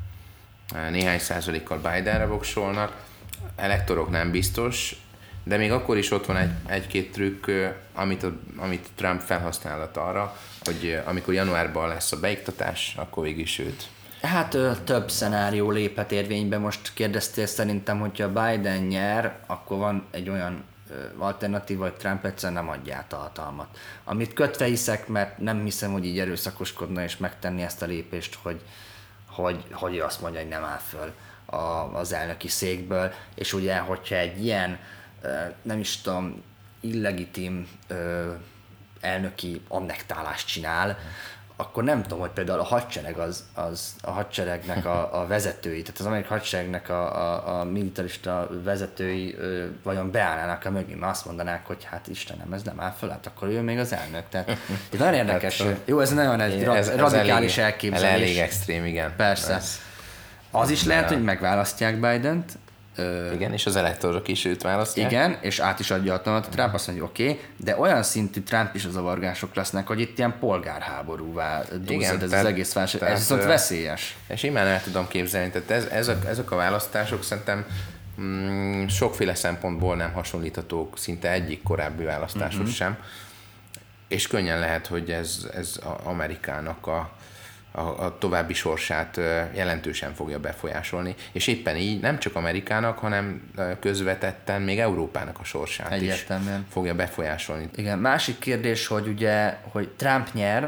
néhány százalékkal Bidenre voksolnak, elektorok nem biztos, de még akkor is ott van egy, egy-két trükk, amit, a, amit Trump felhasználat arra, hogy amikor januárban lesz a beiktatás, akkor végig is őt. Hát több szenárió léphet érvénybe. Most kérdeztél szerintem, hogyha Biden nyer, akkor van egy olyan alternatíva, hogy Trump egyszer nem adja át a hatalmat. Amit kötve hiszek, mert nem hiszem, hogy így erőszakoskodna és megtenni ezt a lépést, hogy, hogy, hogy azt mondja, hogy nem áll föl a, az elnöki székből. És ugye, hogyha egy ilyen nem is tudom, illegitim ö, elnöki annektálást csinál, akkor nem tudom, hogy például a hadsereg az, az a hadseregnek a, a vezetői, tehát az amerikai hadseregnek a, a, a militarista vezetői ö, vajon beállnának a mögé, mert azt mondanák, hogy hát Istenem, ez nem áll föl, hát akkor ő még az elnök. Tehát ez nagyon érdekes. Hát, jó, ez nagyon egy ez, ez radikális elég, elképzelés. Elég extrém, igen. Persze. Ez, az is lehet, hogy megválasztják Bident. Ö, igen, és az elektorok is őt választják. Igen, és át is adja a hatalmat. Trump azt mondja, oké, okay, de olyan szintű Trump is az zavargások lesznek, hogy itt ilyen polgárháborúvá duzzad ez tehát, az egész válság. Ez viszont veszélyes. És immár el tudom képzelni, tehát ez, ezek, ezek a választások szerintem mm, sokféle szempontból nem hasonlíthatók szinte egyik korábbi választáshoz uh-huh. sem. És könnyen lehet, hogy ez, ez Amerikának a a, a további sorsát jelentősen fogja befolyásolni, és éppen így nem csak Amerikának, hanem közvetetten még Európának a sorsát Egyértelműen is fogja befolyásolni. Igen, másik kérdés, hogy ugye, hogy Trump nyer,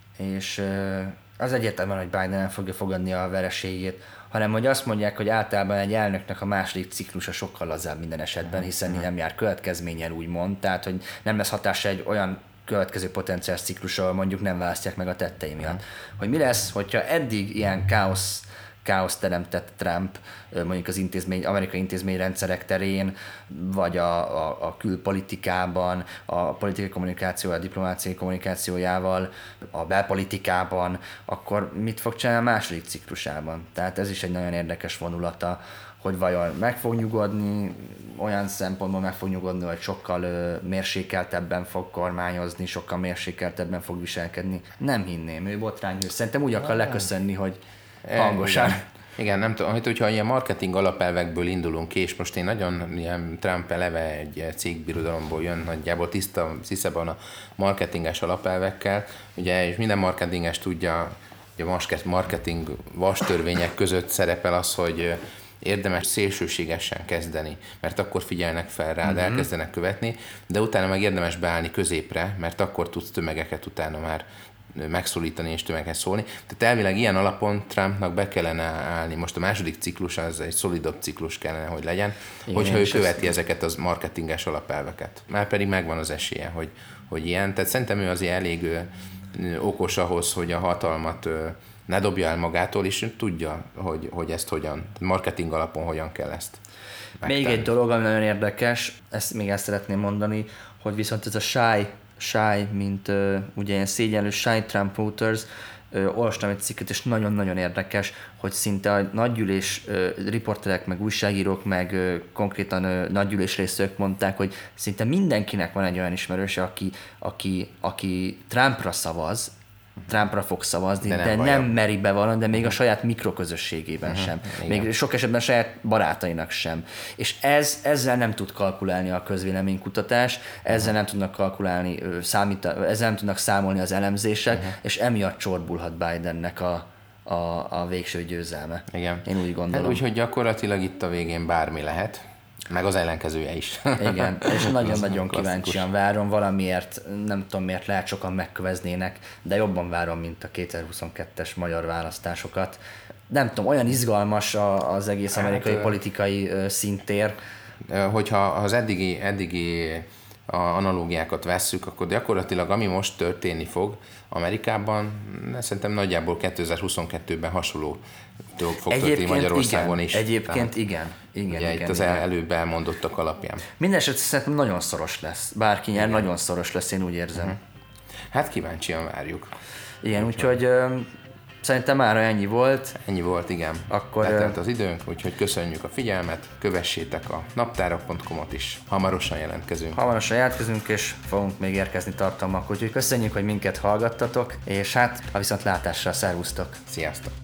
és az egyértelműen, hogy Biden nem fogja fogadni a vereségét, hanem hogy azt mondják, hogy általában egy elnöknek a második ciklusa sokkal lazább minden esetben, hiszen nem jár következménnyel, úgymond, tehát hogy nem lesz hatása egy olyan következő potenciális ciklusról, mondjuk nem választják meg a tettei miatt. Hogy mi lesz, hogyha eddig ilyen káosz, káosz teremtett Trump, mondjuk az intézmény, amerikai intézményrendszerek terén, vagy a, a, a külpolitikában, a politikai kommunikáció, a diplomáciai kommunikációjával, a belpolitikában, akkor mit fog csinálni a második ciklusában? Tehát ez is egy nagyon érdekes vonulata, hogy vajon meg fog nyugodni, olyan szempontból meg fog nyugodni, hogy sokkal ö, mérsékeltebben fog kormányozni, sokkal mérsékeltebben fog viselkedni. Nem hinném, ő botrányhős. Szerintem úgy akar leköszönni, hogy hangosan. Igen, Igen nem tudom, hogy hogyha ilyen marketing alapelvekből indulunk ki, és most én nagyon ilyen Trump eleve egy cégbirodalomból jön, nagyjából tiszta, tisztában a marketinges alapelvekkel, ugye, és minden marketinges tudja, hogy a marketing vastörvények között szerepel az, hogy érdemes szélsőségesen kezdeni, mert akkor figyelnek fel rá, de uh-huh. elkezdenek követni, de utána meg érdemes beállni középre, mert akkor tudsz tömegeket utána már megszólítani és tömeghez szólni. Tehát elvileg ilyen alapon Trumpnak be kellene állni. Most a második ciklus az egy szolidabb ciklus kellene, hogy legyen, igen, hogyha ő követi ezeket az marketinges alapelveket. Már pedig megvan az esélye, hogy, hogy ilyen. Tehát szerintem ő azért elég ő, okos ahhoz, hogy a hatalmat ne dobja el magától, és tudja, hogy, hogy ezt hogyan, marketing alapon hogyan kell ezt megtenni. Még egy dolog, ami nagyon érdekes, ezt még ezt szeretném mondani, hogy viszont ez a shy, shy mint uh, ugye ilyen szégyenlő shy Trump voters, uh, olvastam egy cikket, és nagyon-nagyon érdekes, hogy szinte a nagygyűlés uh, riporterek, meg újságírók, meg uh, konkrétan uh, nagygyűlés résztvevők mondták, hogy szinte mindenkinek van egy olyan ismerőse, aki, aki, aki Trumpra szavaz, Trumpra fog szavazni, de nem, de nem meri bevallani, de még a saját mikroközösségében uh-huh, sem. Igen. Még sok esetben a saját barátainak sem. És ez, ezzel nem tud kalkulálni a közvéleménykutatás, ezzel uh-huh. nem tudnak kalkulálni, számít, ezzel nem tudnak számolni az elemzések, uh-huh. és emiatt csorbulhat Bidennek a, a, a végső győzelme. Igen. Én úgy gondolom. Hát, úgyhogy gyakorlatilag itt a végén bármi lehet. Meg az ellenkezője is. Igen, és nagyon-nagyon kíváncsian várom, valamiért, nem tudom miért, lehet sokan megköveznének, de jobban várom, mint a kétezer-huszonkettes magyar választásokat. Nem tudom, olyan izgalmas az egész amerikai hát, politikai szintér. Hogyha az eddigi, eddigi a analógiákat vesszük, akkor gyakorlatilag ami most történni fog Amerikában, szerintem nagyjából kétezer-huszonkettőben hasonló dolog fog történni Magyarországon igen, is. Egyébként Tehát, igen. igen, ugye igen itt az igen. előbb elmondottak alapján. Mindenesetre szerintem nagyon szoros lesz. Bárki nyer, nagyon szoros lesz, én úgy érzem. Uh-huh. Hát kíváncsian várjuk. Igen, úgyhogy szerintem már ennyi volt. Ennyi volt, igen. Akkor letelt az időnk, úgyhogy köszönjük a figyelmet, kövessétek a naptárak pont com-ot is. Hamarosan jelentkezünk. Hamarosan jelentkezünk, és fogunk még érkezni tartalmak, úgyhogy köszönjük, hogy minket hallgattatok, és hát a viszontlátásra, szervusztok! Sziasztok!